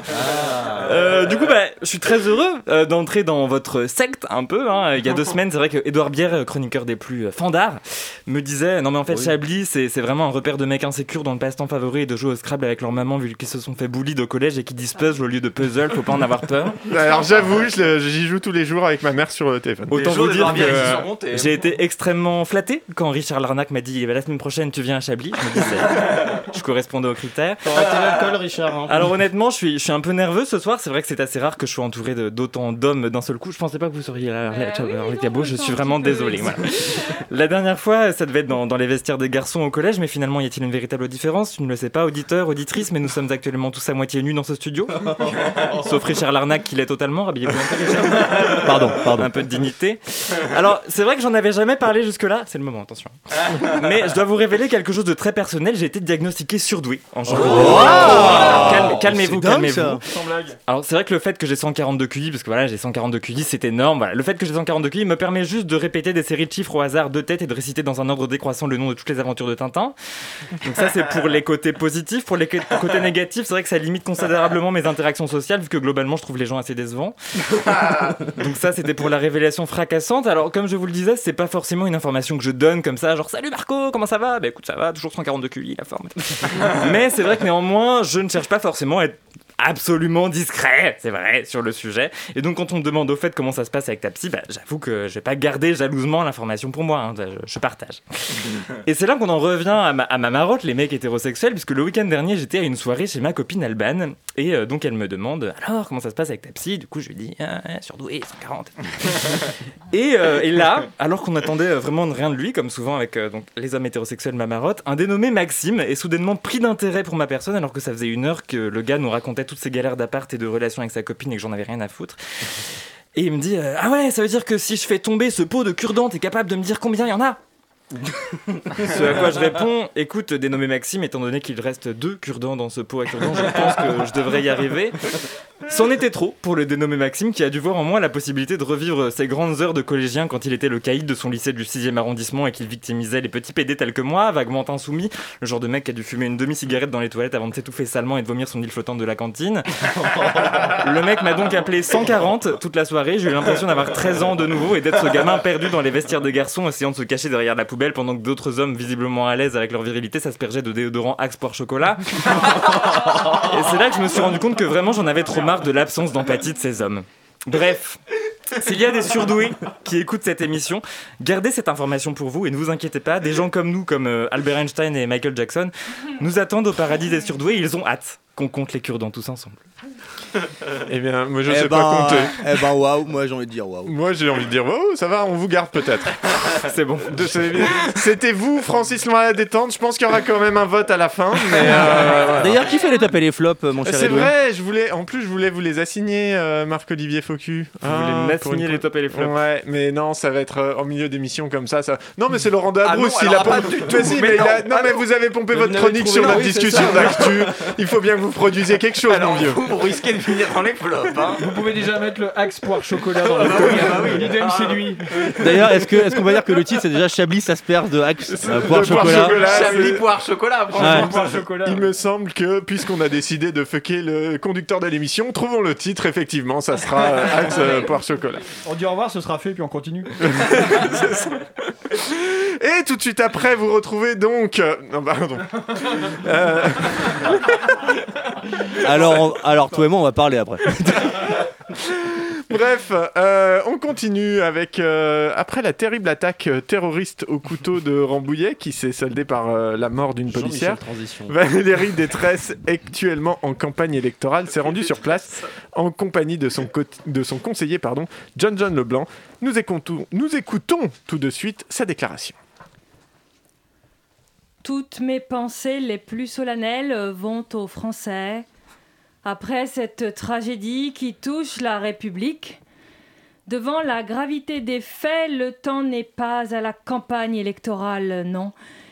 Euh, du coup, bah, je suis très heureux euh, d'entrer dans votre secte un peu. Hein. Il y a deux semaines, c'est vrai que Édouard Bière, euh, chroniqueur des plus euh, fandards, me disait non mais en fait Oui. Chablis c'est, c'est vraiment un repère de mecs insécures dont le passe-temps favori est de jouer au Scrabble avec leur maman vu qu'ils se sont fait bully au collège et qui disent puzzle au lieu de puzzle, faut pas en avoir peur. Alors j'avoue, je- j'y joue tous les jours avec ma mère sur le téléphone. Autant jours vous de dire Barbier, que ils sont montés, hein. j'ai été extrêmement flatté quand Richard Larnac m'a dit eh ben, la semaine prochaine tu viens à Chablis. Je me disais, je correspondais aux critères. Faut arrêter l'alcool, Richard. hein. Alors honnêtement, je suis, je suis un peu nerveux ce soir. C'est vrai que c'est assez rare que je sois entouré de, d'autant d'hommes d'un seul coup. Je pensais pas que vous seriez là, Euh, Arlette, oui, Arlette non, Cabot. moi, Je c'est suis un vraiment petit peu désolé. ici. Voilà. La dernière fois, ça devait être dans, dans les vestiaires des garçons au collège, mais finalement, y a-t-il une véritable différence? Tu ne le sais pas, auditeur, auditrice, mais nous sommes actuellement tous à moitié nus dans ce studio. Sauf Richard Larnac qui l'est totalement. Rhabillez-vous un peu, Richard. Pardon, pardon. Un peu de dignité. Alors, c'est vrai que j'en avais jamais parlé jusque-là. C'est le moment, attention. Mais je dois vous révéler quelque chose de très personnel. J'ai été diagnostiqué surdoué en janvier. Alors, calme- calmez-vous, C'est dingue, calmez-vous. ça. Alors, c'est vrai que le fait que j'ai cent quarante-deux Q I, parce que voilà, j'ai cent quarante-deux Q I, c'est énorme. Voilà. Le fait que j'ai cent quarante-deux Q I me permet juste de répéter des séries de chiffres au hasard de tête et de réciter dans un ordre décroissant le nom de toutes les aventures de Tintin. Donc ça, c'est pour les côtés positifs. Pour les côtés négatifs, c'est vrai que ça limite considérablement mes interactions sociales, vu que globalement, je trouve les gens assez décevants. Donc ça, c'était pour la révélation fracassante. Alors, comme je vous le disais, c'est pas forcément une information que je donne comme ça, genre « Salut Marco, comment ça va ?» Bah écoute, ça va, toujours cent quarante-deux Q I, la forme. Mais c'est vrai que néanmoins, je ne cherche pas forcément à être absolument discret, c'est vrai, sur le sujet. Et donc, quand on me demande au fait comment ça se passe avec ta psy, bah, j'avoue que je vais pas garder jalousement l'information pour moi, hein, je, je partage. Et c'est là qu'on en revient à ma, à ma marotte, les mecs hétérosexuels, puisque le week-end dernier, j'étais à une soirée chez ma copine Alban, et euh, donc elle me demande « Alors, comment ça se passe avec ta psy ?» Du coup, je lui dis ah, « Surdoué, cent quarante. » et, euh, et là, alors qu'on attendait euh, vraiment rien de lui, comme souvent avec euh, donc, les hommes hétérosexuels ma marotte, un dénommé Maxime est soudainement pris d'intérêt pour ma personne, alors que ça faisait une heure que le gars nous racontait toutes ses galères d'appart et de relations avec sa copine et que j'en avais rien à foutre. Et il me dit euh, ah ouais, ça veut dire que si je fais tomber ce pot de cure-dent, t'es capable de me dire combien il y en a? Ce à quoi je réponds écoute, dénommé Maxime, étant donné qu'il reste deux cure-dents dans ce pot à cure-dents, je pense que je devrais y arriver. C'en était trop pour le dénommé Maxime, qui a dû voir en moi la possibilité de revivre ses grandes heures de collégien quand il était le caïd de son lycée du sixième arrondissement et qu'il victimisait les petits pédés tels que moi, vaguement insoumis, le genre de mec qui a dû fumer une demi-cigarette dans les toilettes avant de s'étouffer salement et de vomir son île flottante de la cantine. Le mec m'a donc appelé cent quarante toute la soirée. J'ai eu l'impression d'avoir treize ans de nouveau et d'être ce gamin perdu dans les vestiaires des garçons, essayant de se cacher derrière la poubelle pendant que d'autres hommes visiblement à l'aise avec leur virilité s'aspergeaient de déodorant Axe Poire Chocolat. Et c'est là que je me suis rendu compte que vraiment j'en avais trop marre de l'absence d'empathie de ces hommes. Bref, s'il y a des surdoués qui écoutent cette émission, gardez cette information pour vous et ne vous inquiétez pas, des gens comme nous, comme euh, Albert Einstein et Michael Jackson, nous attendent au paradis des surdoués et ils ont hâte. qu'on compte les cure-dents tous ensemble. Eh bien, moi je eh sais ben, pas compter. Eh ben waouh, moi j'ai envie de dire waouh. Moi j'ai envie de dire waouh, ça va, on vous garde peut-être. C'est bon. De ce- C'était vous, Francis Laurent à la détente. Je pense qu'il y aura quand même un vote à la fin. Mais euh, voilà. D'ailleurs, qui fait les taper les flops, mon cher C'est Edouard vrai, je voulais, en plus je voulais vous les assigner, euh, Marc-Olivier Faucu. Vous voulez m'assigner les top et les flops. Ouais, mais non, ça va être euh, en milieu d'émission comme ça, ça. Non, mais c'est Laurent Ah Dabrousse, non, il alors, a pas pompé. du tout, Mais si, mais mais il non, a- non, ah mais non. vous avez pompé Vous votre n'avez chronique trouvé- sur non, notre oui, c'est discussion ça. d'actu. Il faut bien que vous produisiez quelque chose, Alors, mon vieux. vous, vous risquez de finir dans les flops. Hein. Vous pouvez déjà mettre le axe poire chocolat dans le Ah oui, ah bah oui. L'idée me séduit. D'ailleurs, est-ce que est-ce qu'on va dire que le titre c'est déjà Chablis asperge de Axe euh, poire De poire chocolat chocolat. Chablis poire chocolat. Franchement, Ouais. poire chocolat. Il me semble que, puisqu'on a décidé de fucker le conducteur de l'émission, trouvons le titre, effectivement, ça sera euh, Axe euh, poire chocolat. On dit au revoir, ce sera fait, puis on continue. C'est ça. Et tout de suite après, vous retrouvez donc. euh, Non, pardon. Euh, Alors, on- alors toi et moi on va parler après. Bref, euh, on continue avec euh, après la terrible attaque euh, terroriste au couteau de Rambouillet qui s'est soldée par euh, la mort d'une policière. Transition. Valérie Détresse, actuellement en campagne électorale, s'est rendue sur place en compagnie de son, co- de son conseiller pardon, John John Leblanc. Nous écoutons, nous écoutons tout de suite sa déclaration. Toutes mes pensées les plus solennelles vont aux Français. Après cette tragédie qui touche la République, devant la gravité des faits, le temps n'est pas à la campagne électorale, non.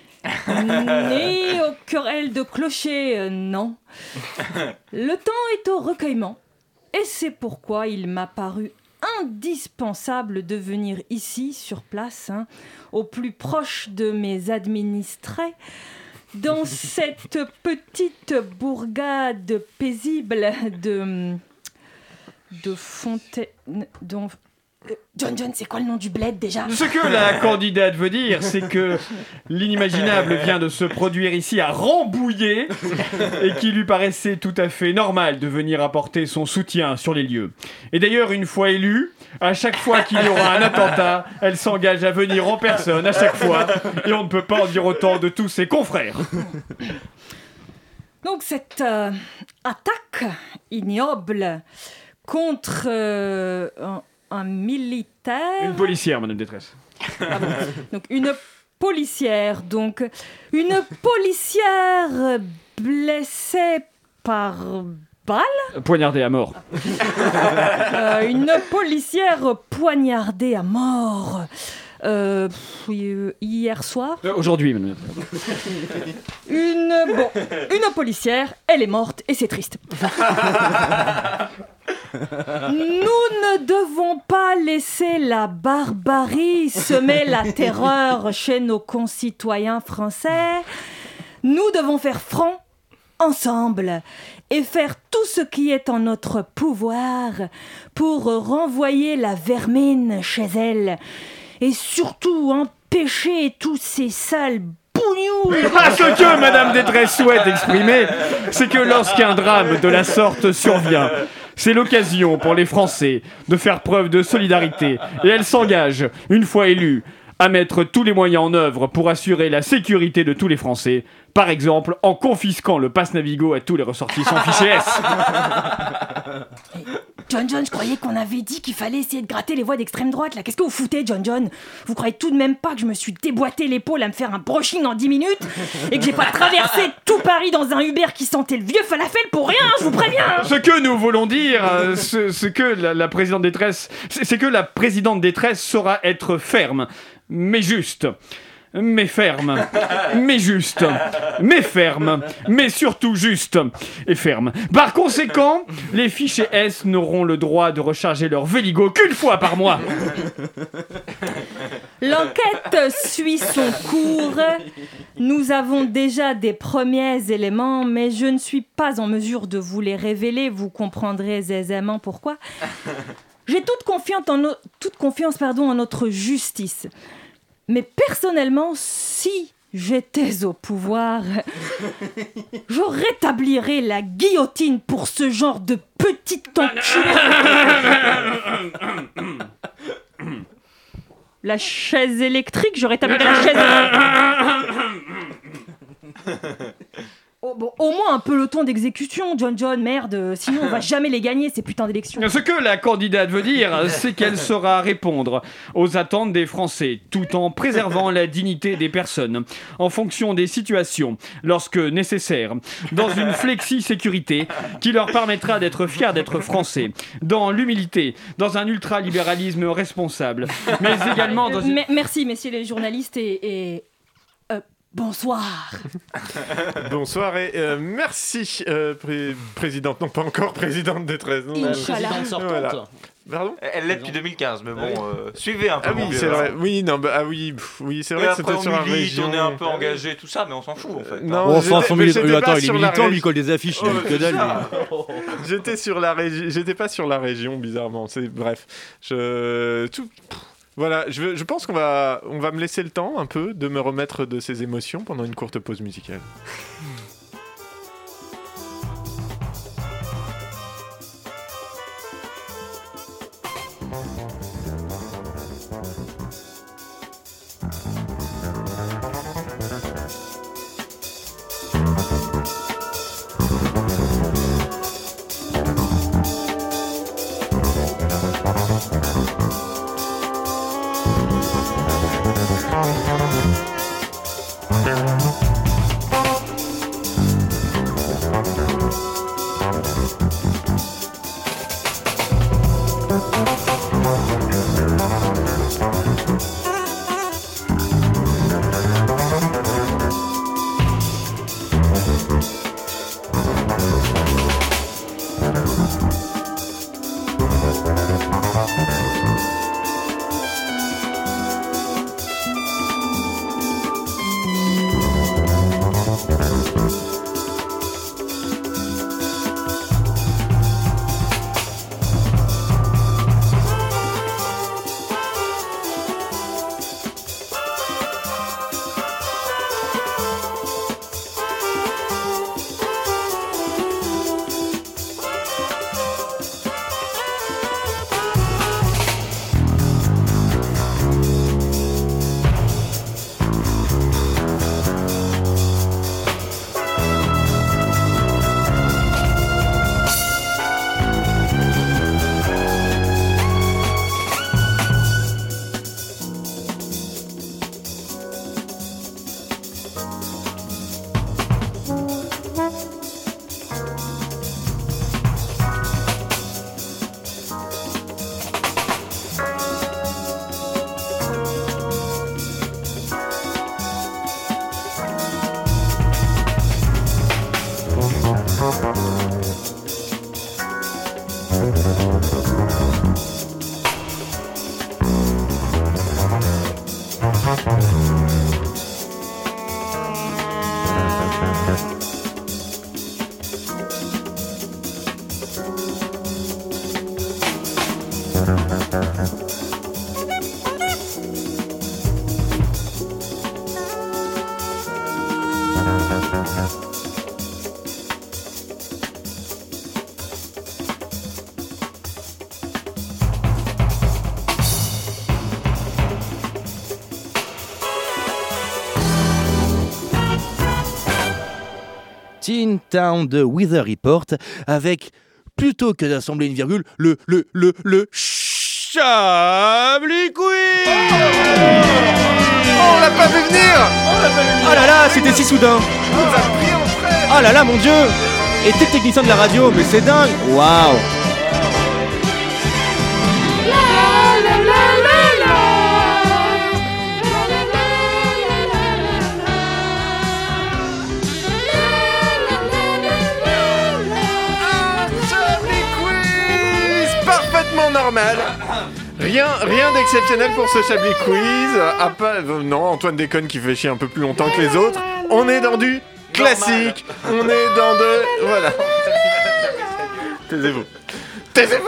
Ni aux querelles de clochers, non. Le temps est au recueillement. Et c'est pourquoi il m'a paru indispensable de venir ici, sur place, hein, au plus proche de mes administrés, dans cette petite bourgade paisible de... de Fontaine... dont- Euh, John John, c'est quoi le nom du bled déjà? Ce que la candidate veut dire, c'est que l'inimaginable vient de se produire ici à Rambouillet et qu'il lui paraissait tout à fait normal de venir apporter son soutien sur les lieux. Et d'ailleurs, une fois élue, à chaque fois qu'il y aura un attentat, elle s'engage à venir en personne à chaque fois et on ne peut pas en dire autant de tous ses confrères. Donc cette euh, attaque ignoble contre euh, un, un militaire... Une policière, madame Détresse. Ah bon. Donc une policière, donc une policière blessée par balle, Poignardée à mort. Euh, une policière poignardée à mort. Euh, pff, euh, hier soir. Euh, Aujourd'hui, madame. Une bon, une policière, elle est morte et c'est triste. Nous ne devons pas laisser la barbarie semer la terreur chez nos concitoyens français. Nous devons faire front ensemble et faire tout ce qui est en notre pouvoir pour renvoyer la vermine chez elle et surtout empêcher tous ces sales bougnous. Ah, ce que Madame Détresse souhaite exprimer, c'est que lorsqu'un drame de la sorte survient, c'est l'occasion pour les Français de faire preuve de solidarité et elle s'engage, une fois élue, à mettre tous les moyens en œuvre pour assurer la sécurité de tous les Français, par exemple en confisquant le pass Navigo à tous les ressortissants fichés S. John John, je croyais qu'on avait dit qu'il fallait essayer de gratter les voix d'extrême droite là. Qu'est-ce que vous foutez, John John? Vous croyez tout de même pas que je me suis déboîté l'épaule à me faire un brushing en dix minutes et que j'ai pas traversé tout Paris dans un Uber qui sentait le vieux falafel pour rien, je vous préviens. Ce que nous voulons dire, euh, ce, ce que la, la présidente Détresse, c'est, c'est que la présidente Détresse saura être ferme, mais juste. Mais ferme, mais juste, mais ferme, mais surtout juste et ferme. Par conséquent, les fichés S n'auront le droit de recharger leur Véligo qu'une fois par mois. L'enquête suit son cours. Nous avons déjà des premiers éléments, mais je ne suis pas en mesure de vous les révéler. Vous comprendrez aisément pourquoi. J'ai toute confiance en, no- toute confiance, pardon, en notre justice. Mais personnellement, si j'étais au pouvoir, je rétablirais la guillotine pour ce genre de petit enculé. La chaise électrique, je rétablirais la chaise... Oh bon, au moins un peloton d'exécution, John John, merde, sinon on va jamais les gagner ces putains d'élections. Ce que la candidate veut dire, c'est qu'elle saura répondre aux attentes des Français, tout en préservant la dignité des personnes, en fonction des situations, lorsque nécessaire, dans une flexi-sécurité qui leur permettra d'être fiers d'être Français, dans l'humilité, dans un ultralibéralisme responsable, mais également dans une... M- Merci, messieurs les journalistes, et... et... Euh, bonsoir. Bonsoir et euh, merci, euh, pré- présidente, non pas encore présidente des treize. Non, Inch'Allah. Présidente sortante. Voilà. Pardon ? Elle l'est depuis deux mille quinze, mais bon, Ah oui. euh, suivez un peu. Ah oui, mon vieux, c'est hein. vrai. Oui, non, bah, ah oui, pff, oui, c'est vrai Et que après, c'était on sur la milite, région. on est un peu engagé, tout ça, mais on s'en fout en fait. Non, Bon, enfin, j'étais- son mais militant, j'étais pas attends, il est sur la militant, lui, régi- il colle des affiches, il Oh, aime que dalle, ça. lui. J'étais sur la région, j'étais pas sur la région, bizarrement. C'est bref, je tout. Pff, Voilà, je, veux- je pense qu'on va, on va me laisser le temps un peu de me remettre de ces émotions pendant une courte pause musicale. Teen Town de Weather Report avec, plutôt que d'assembler une virgule, le, le, le, le Chablis Quiz. Oh, on l'a pas vu venir. On l'a pas vu venir. Oh là là, c'était si soudain. On nous a pris en frais. Oh là là, mon Dieu. Et t'es le technicien de la radio, mais c'est dingue. Waouh. Normal. Rien, rien d'exceptionnel pour ce Chablis Quiz. À pas, euh, non, Antoine déconne qui fait chier un peu plus longtemps que les autres. On est dans du classique. On est dans de... Voilà. Taisez-vous. Taisez-vous.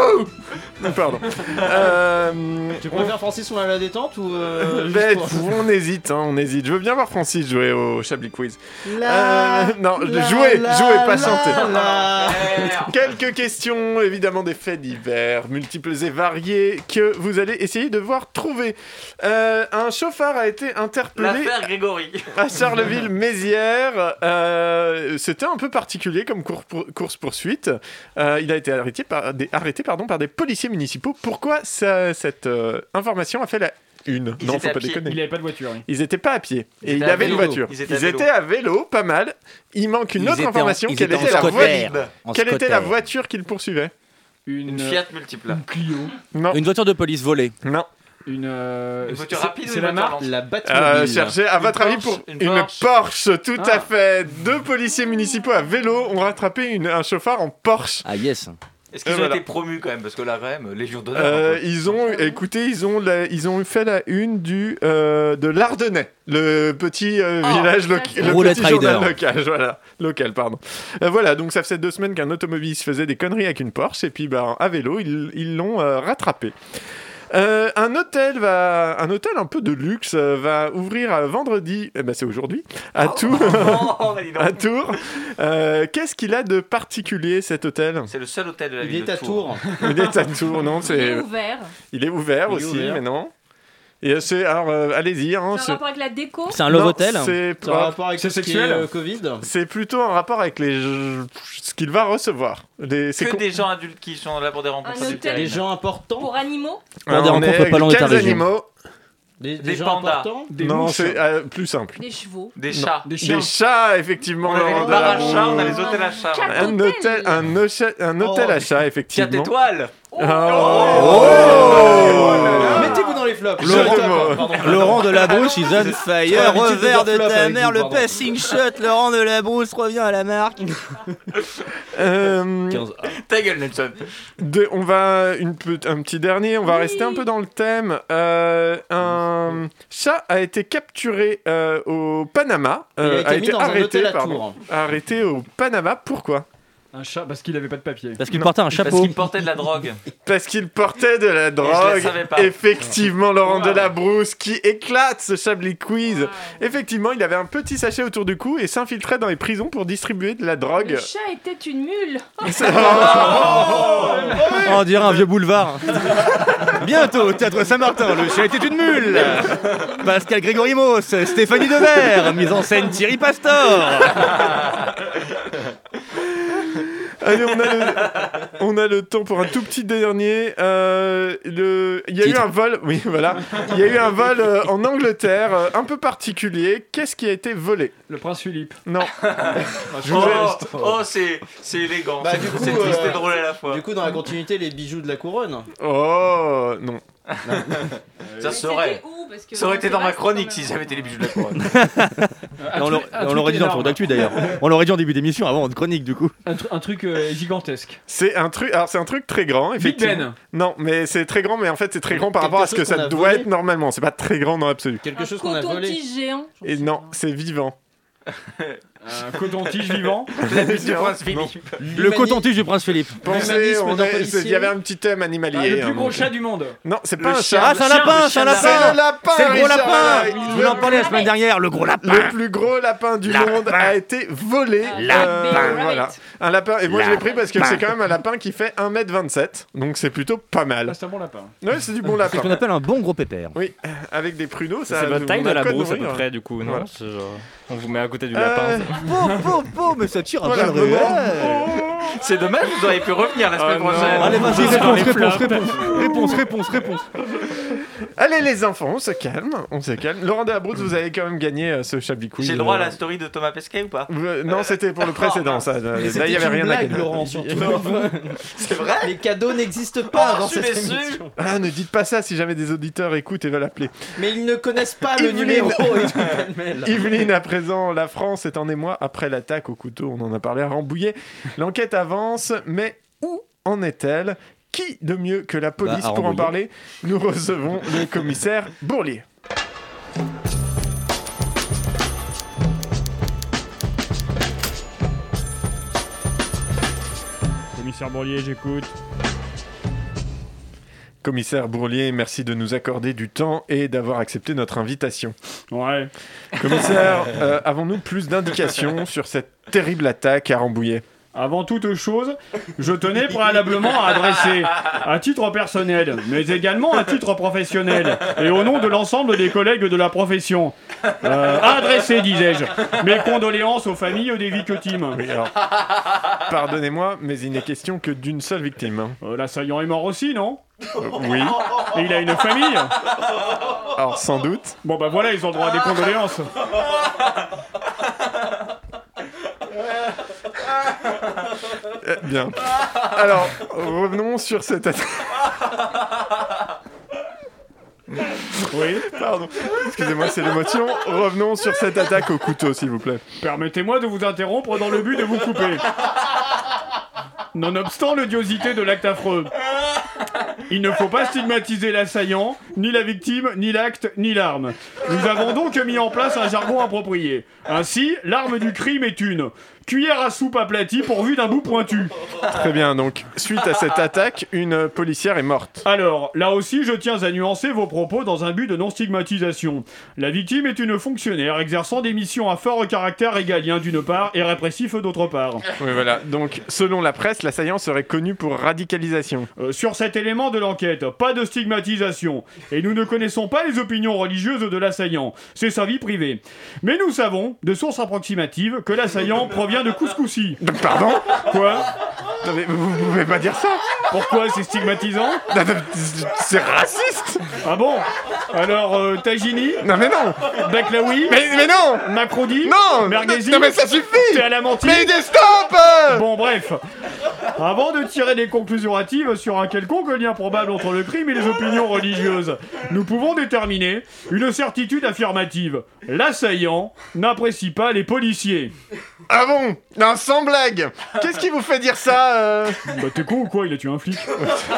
Pardon. Euh, Tu préfères Francis on a la détente ou euh, juste Mais, pour- pff, on hésite, hein, on hésite. Je veux bien voir Francis jouer au Chablis Quiz. La, Euh, non, la, jouer, la, jouer, pas la, chanter. la. Quelques questions, évidemment des faits divers, multiples et variés, que vous allez essayer de voir trouver. Euh, un chauffard a été interpellé L'affaire Grégory. à Charleville-Mézières. Euh, c'était un peu particulier comme cour- pour- course-poursuite. Euh, il a été arrêté par des, arrêté, pardon, par des policiers municipaux. Pourquoi ça- cette euh, information a fait la une? Ils Non, étaient faut à pas pied. déconner. Il avait pas de voiture. Oui. Ils étaient pas à pied. Ils Et étaient il à avait une vélo. voiture. Ils étaient à Ils vélo. étaient à vélo, pas mal. Il manque une Ils autre étaient en- information. ils Quelle étaient en était la scooter. voiture En Quelle était la scooter. voiture qu'il poursuivait? Une Fiat multiple. Une Clio. Non. Une voiture de police volée. Non. Une, euh, Une voiture c'est- rapide ou C'est une la voiture marque. lente La Batmobile. Euh, cherchez, à Une votre avis, Porsche, pour une une Porsche. Porsche, tout Ah. à fait. Deux policiers municipaux à vélo ont rattrapé une- un chauffard en Porsche. Ah yes. Est-ce qu'ils Euh, ont voilà. été promus quand même? Parce que là, quand même, Légion d'honneur. Euh, un peu. ils ont, écoutez, ils ont, la- ils ont fait la une du euh, de l'Ardennais, le petit euh, Oh, village, ça, loca- c'est le Roulette petit journal Rider. local, voilà, local, pardon. Euh, voilà, donc ça faisait deux semaines qu'un automobiliste faisait des conneries avec une Porsche et puis, bah, à vélo, ils ils l'ont euh, rattrapé. Euh, un hôtel va, un hôtel un peu de luxe euh, va ouvrir euh, vendredi, eh ben c'est aujourd'hui, à Tours. Oh, bah, dis donc. à Tours. Euh, Qu'est-ce qu'il a de particulier cet hôtel? C'est le seul hôtel de la Il ville est de à Tours. Tours. Il est à Tours, non? Il est C'est, ouvert. il est ouvert Il est aussi, ouvert. mais non. Et euh, c'est, alors, euh, allez-y. Hein, C'est c'est- un rapport avec la déco. C'est un love non, hotel. C'est, C'est en rapport avec C'est tout ce qui sexuel est, euh, Covid. c'est plutôt un rapport avec les, ce qu'il va recevoir. Les, c'est Que con- des gens adultes qui sont là pour des rencontres Un adultes. hôtel. Des gens importants. Pour animaux. Pour des on rencontres est- pas loin de ta quels région. animaux? Des, Des gens pandas. importants. Des Non, mouches. c'est euh, plus simple. Des chevaux. Des Non. chats. Des chiens. Des chats, effectivement. On a Laurent les bars à Delabrousse. chats, on a les hôtels à chats. on a- Quatre Un hôtels. hôtel, un, hôtel- un hôtel Oh. à chat, Quatre effectivement. étoiles. Oh. Oh. Mettez-vous dans les flops. Jeu de mots. Pardon. Laurent Delabrousse, is on fire. Ouais, Revers du de flop ta avec mère, vous, le pardon. passing shot. Laurent Delabrousse revient à la marque. Euh, quinze. Ta gueule, Nelson. de- on va une pe- un petit dernier. On va rester un peu dans le thème. Euh, un chat a été capturé euh, au Panama. Il a euh, été mis dans un arrêté, hôtel à pardon. Tours. Arrêté au Panama. Pourquoi? Un chat parce qu'il avait pas de papier. Parce qu'il Non. portait un Parce chapeau. qu'il portait de la drogue. Parce qu'il portait de la je drogue. le savais pas. Effectivement, Laurent Wow. Delabrousse qui éclate ce Chablis Quiz. Wow. Effectivement, il avait un petit sachet autour du cou et s'infiltrait dans les prisons pour distribuer de la drogue. Le chat était une mule. Oh, on dirait un vieux boulevard. Bientôt au théâtre Saint-Martin, le chat était une mule. Pascal Grégorimos, Stéphanie Devers, mise en scène Thierry Pastor. Allez, on a, le, on a le temps pour un tout petit dernier. Euh, le, il y a Titre. eu un vol, oui, voilà. Il y a eu un vol euh, en Angleterre, euh, un peu particulier. Qu'est-ce qui a été volé? Le prince Philippe. Non. Je vous Oh, ai- oh, c'est c'est élégant. Bah, C'est du coup, c'est triste euh, et drôle à la fois. Du coup, dans la continuité, les bijoux de la couronne. Oh, non. Ça Mais serait. c'était où Parce que Ça aurait été dans ma Sébastien, chronique quand si même. ça avait été les bijoux de la couronne. Et on l'aurait- on l'aurait dit dans le tour d'actu d'ailleurs. On l'aurait dit en début d'émission avant de chronique du coup. Un, tru- un truc euh, gigantesque. C'est un truc. Alors c'est un truc très grand, Big effectivement. Ben. Non, mais c'est très grand, mais en fait c'est très grand par Quelque rapport à ce que chose qu'on ça a doit volé. être normalement. C'est pas très grand dans l'absolu. Quelque Un chose qu'on a volé. coton-tige géant. J'en Et sais non, rien. c'est vivant. Un coton-tige vivant. La buse du prince Non. Philippe. Le coton-tige du prince Philippe. Pensez, L'humanisme on d'un est- policier. c'est- il y avait un petit thème animalier. Ah, le hein, plus gros donc. chat du monde. Non, c'est Le pas un chien. chat. Ah, c'est un chien, lapin, le c'est un chien C'est lapin. le lapin. C'est le gros Richard. lapin. Il- Je vous en parlais la semaine dernière, le gros lapin. Le plus gros lapin du Lapin. monde a été volé. Un Euh, baby voilà. rabbit. Un lapin. Et moi je l'ai pris parce que Lapin. c'est quand même un lapin qui fait un mètre vingt-sept. Donc c'est plutôt pas Ah, mal. c'est un bon lapin. Ouais, c'est du bon C'est lapin. ce qu'on appelle un bon gros pépère. Oui, avec des pruneaux, ça. C'est votre on taille de a la quoi brousse à peu nourrir. près, du coup, non Voilà. C'est genre, on vous met à côté du Euh, lapin. Po, po, po, mais ça tire un Voilà, peu C'est dommage, vous auriez pu revenir la semaine Oh non. prochaine. Allez, vas-y, Sur réponse, les réponse, flops. réponse, réponse, réponse, réponse. Allez les enfants, on se calme, on se calme. Laurent Delabrousse, vous avez quand même gagné euh, ce Chablis Quiz. J'ai le droit à Euh, la story de Thomas Pesquet ou pas euh, Non, c'était pour le précédent, ça. Là, il C'était y avait une rien à blague, gagner. Laurent, surtout. C'est vrai. Les cadeaux n'existent pas Oh, dans je suis cette déçu. émission. Ah, ne dites pas ça si jamais des auditeurs écoutent et veulent appeler. Mais ils ne connaissent pas le Yveline. numéro et tout pêle-mêle. Yveline, à présent, la France est en émoi après l'attaque au couteau, on en a parlé à Rambouillet. L'enquête avance, mais où en est-elle? Qui de mieux que la police Bah, à pour en Rambouillet. parler? Nous recevons le commissaire Bourlier. Commissaire Bourlier, j'écoute. Commissaire Bourlier, merci de nous accorder du temps et d'avoir accepté notre invitation. Ouais. Commissaire, euh, avons-nous plus d'indications sur cette terrible attaque à Rambouillet ? Avant toute chose, je tenais préalablement à adresser, à titre personnel, mais également à titre professionnel, et au nom de l'ensemble des collègues de la profession, euh, à adresser, disais-je, mes condoléances aux familles des victimes. Oui, alors, pardonnez-moi, mais il n'est question que d'une seule victime. Hein. Euh, l'assaillant est mort aussi, non ? euh, Oui. Et il a une famille ? Alors, sans doute. Bon bah voilà, ils ont le droit à des condoléances. Euh, bien. Alors, revenons sur cette attaque. Oui, pardon. Excusez-moi, c'est l'émotion. Revenons sur cette attaque au couteau, s'il vous plaît. Permettez-moi de vous interrompre dans le but de vous couper. Nonobstant l'odiosité de l'acte affreux, il ne faut pas stigmatiser l'assaillant, ni la victime, ni l'acte, ni l'arme. Nous avons donc mis en place un jargon approprié. Ainsi, l'arme du crime est une cuillère à soupe aplatie pourvue d'un bout pointu. Très bien, donc, suite à cette attaque, une policière est morte. Alors, là aussi, je tiens à nuancer vos propos dans un but de non-stigmatisation. La victime est une fonctionnaire exerçant des missions à fort caractère régalien d'une part et répressif d'autre part. Oui, voilà. Donc, selon la presse, l'assaillant serait connu pour radicalisation. Euh, sur cet élément de l'enquête, pas de stigmatisation. Et nous ne connaissons pas les opinions religieuses de l'assaillant. C'est sa vie privée. Mais nous savons, de sources approximatives, que l'assaillant provient de Couscoussi. Pardon ? Quoi ? Non mais vous, vous pouvez pas dire ça. Pourquoi c'est stigmatisant ? Non, non, c'est raciste. Ah bon ? Alors, euh, Tajini ? Non mais non. Baklaoui ? Mais, mais non. Macrodi ? Non. Merguezi ? Non mais ça suffit. T'es à la mentille ? Mais stop. Bon bref. Avant de tirer des conclusions hâtives sur un quelconque lien probable entre le crime et les opinions religieuses, nous pouvons déterminer une certitude affirmative. L'assaillant n'apprécie pas les policiers. Ah bon ? Non, sans blague. Qu'est-ce qui vous fait dire ça euh... Bah t'es con ou quoi ? Il a tué un flic.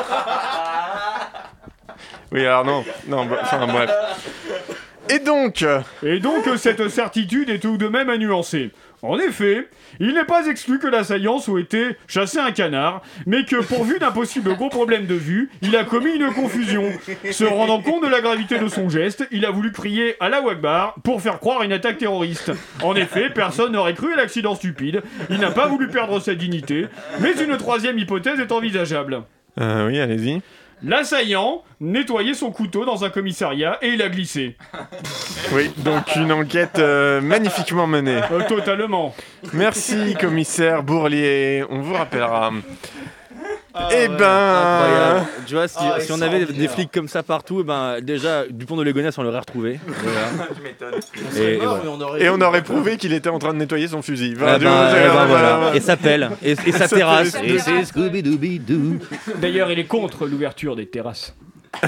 Oui alors non, non, bah, enfin bref. Et donc Et donc cette certitude est tout de même à nuancer. En effet, il n'est pas exclu que l'assaillant souhaitait chasser un canard, mais que pourvu d'un possible gros problème de vue, il a commis une confusion. Se rendant compte de la gravité de son geste, il a voulu crier « Allahu Akbar » pour faire croire une attaque terroriste. En effet, personne n'aurait cru à l'accident stupide, il n'a pas voulu perdre sa dignité, mais une troisième hypothèse est envisageable. Euh, oui, allez-y. L'assaillant nettoyait son couteau dans un commissariat et il a glissé. Oui, donc une enquête euh, magnifiquement menée. Euh, totalement. Merci, commissaire Bourlier. On vous rappellera. Ah, eh ouais, ben... incroyable. Tu vois, si, Ah, si on avait des flics comme ça partout, ben, déjà, Dupont de Ligonnès, on l'aurait retrouvé. Voilà. Je m'étonne. Et, et, mort, voilà. mais on aurait Et vu. on aurait prouvé qu'il était en train de nettoyer son fusil. Ah Enfin, ben, je- eh je- ben, voilà. voilà. Et sa pelle, et, et sa Ça terrasse. fait- Et c'est Scooby-Dooby-Doo. D'ailleurs, il est contre l'ouverture des terrasses. Oh.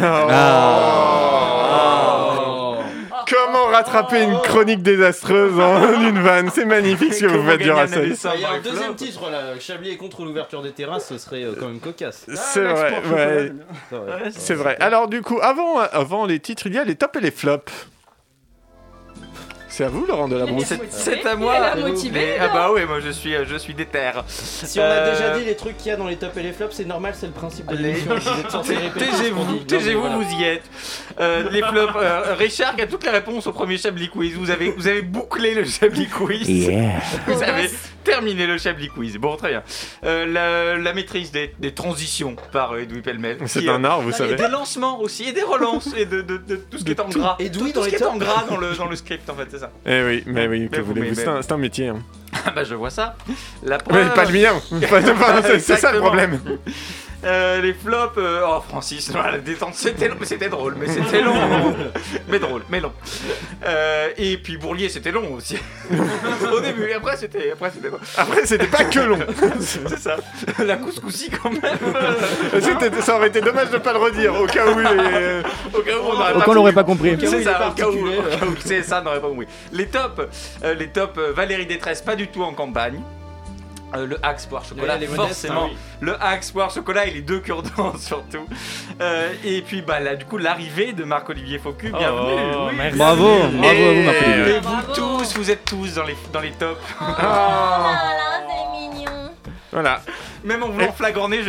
Ah. Comment rattraper une chronique désastreuse en une vanne? C'est magnifique ce que vous Comment faites, gagner un Duracell. adolescent Il y a dans un les deuxième flops. titre là, Chablis est contre l'ouverture des terrasses, ce serait euh, quand même cocasse. C'est vrai, ouais. C'est vrai. C'est vrai. Alors du coup, avant, avant les titres, il y a les tops et les flops. C'est à vous, Laurent Delabrousse. C'est, c'est à moi. Elle a motivé, Mais- non ah bah oui, moi je suis, je suis déter. Si on a Euh, déjà dit les trucs qu'il y a dans les tops et les flops, c'est normal, c'est le principe de Les- l'émission. Vous êtes censés répéter ce qu'on Taisez-vous, dit. Non, mais taisez-vous, voilà. vous y êtes. Euh, les flops. euh, Richard qui a toutes les réponses au premier Chablis Quiz. Vous avez, vous avez bouclé le Chablis Quiz. Vous avez terminé le Chablis Quiz. Bon, très bien. Euh, la, la maîtrise des, des transitions par euh, Edoui Pellemel. C'est Qui, un euh, art, vous et savez. des lancements aussi, et des relances, et de, de, de tout ce qui est en gras. Edoui tout, dans tout ce les qui est en tops. gras dans le, dans le script, en fait, c'est ça. Eh oui, mais oui, que Mais vous, voulez-vous, mais- c'est un, c'est un métier. Hein. Ah bah je vois ça. La Mais preuve... pas le mien. Pas- pas- c'est, c'est ça le Exactement. problème. Euh, les flops, euh, oh Francis, non, la détente, c'était long, mais c'était drôle, mais c'était long, mais drôle, mais long. Euh, et puis Bourlier, c'était long aussi. Au début, et après c'était, après c'était, Après, c'était pas que long. c'est ça. La couscoussi quand même. C'était- ça aurait été dommage de pas le redire, au cas où. les- Au cas où on n'aurait Au pas cas où on l'aurait pas compris. cas où C'est il ça, est au cas où, particulier, au cas où c'est ça, n'aurait pas compris. Les tops, euh, les tops, euh, Valérie Détresse, pas du tout en campagne. Euh, le Axe poire chocolat, Les- les modestes, forcément. hein, oui. Le Axe poire chocolat et les deux cure-dents surtout. Euh, et puis bah là, du coup, l'arrivée de Marc-Olivier Faucu. Bienvenue. Oh, oui, merci. Bravo, bienvenue. bravo à vous, Et, Marc-Olivier. et vous tous, vous êtes tous dans les, dans les tops. Ah. c'est mignon. Voilà. Même en voulant flagorner, je rip.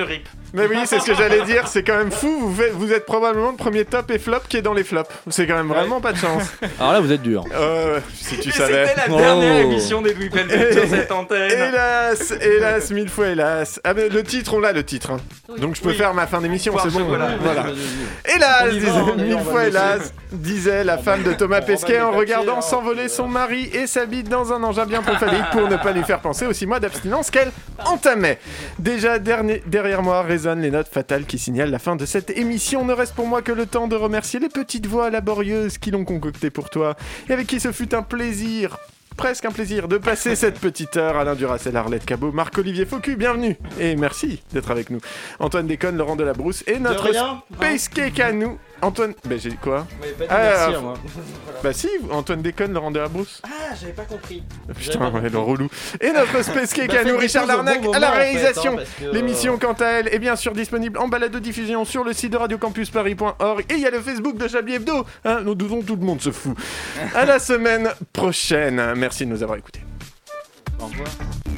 Mais oui, c'est ce que j'allais dire, c'est quand même fou, vous, faites, vous êtes probablement le premier top et flop qui est dans les flops. C'est quand même vraiment ouais. pas de chance. Alors là, vous êtes dur. Euh, si tu et savais. C'était la dernière oh. émission d'Edoui Pellevet sur cette antenne. Hélas, hélas, mille fois hélas. Ah mais le titre, on l'a le titre. Hein. Oui. Donc je peux oui. faire ma fin d'émission, c'est bon. Voilà. voilà. Hélas, disait, mille fois hélas, disait la femme de Thomas Pesquet en regardant s'envoler son mari et sa bite dans un engin bien prophalique pour ne pas lui faire penser aux six mois d'abstinence qu'elle entamait. Déjà dernier, derrière moi résonnent les notes fatales qui signalent la fin de cette émission. Ne reste pour moi que le temps de remercier les petites voix laborieuses qui l'ont concocté pour toi et avec qui ce fut un plaisir. Presque un plaisir de passer cette petite heure. Alain Duracell, Arlette Cabot, Marc-Olivier Faucu, bienvenue et merci d'être avec nous. Antoine Déconne, Laurent Delabrousse et notre Space Cake à nous. Antoine... Bah j'ai quoi pas dit ah, merci, euh... moi. Bah si, Antoine Déconne, Laurent Delabrousse. Ah, j'avais pas compris. Putain, ouais, le relou. Et notre Space Cake à nous, Richard Larnac, bon à la réalisation. En fait, hein, que... L'émission, quant à elle, est bien sûr disponible en balado-diffusion sur le site de radio campus paris point org. Et il y a le Facebook de Chablis Hebdo. Hein, nous disons, tout le monde se fout. À la semaine prochaine. Merci de nous avoir écoutés. Au revoir.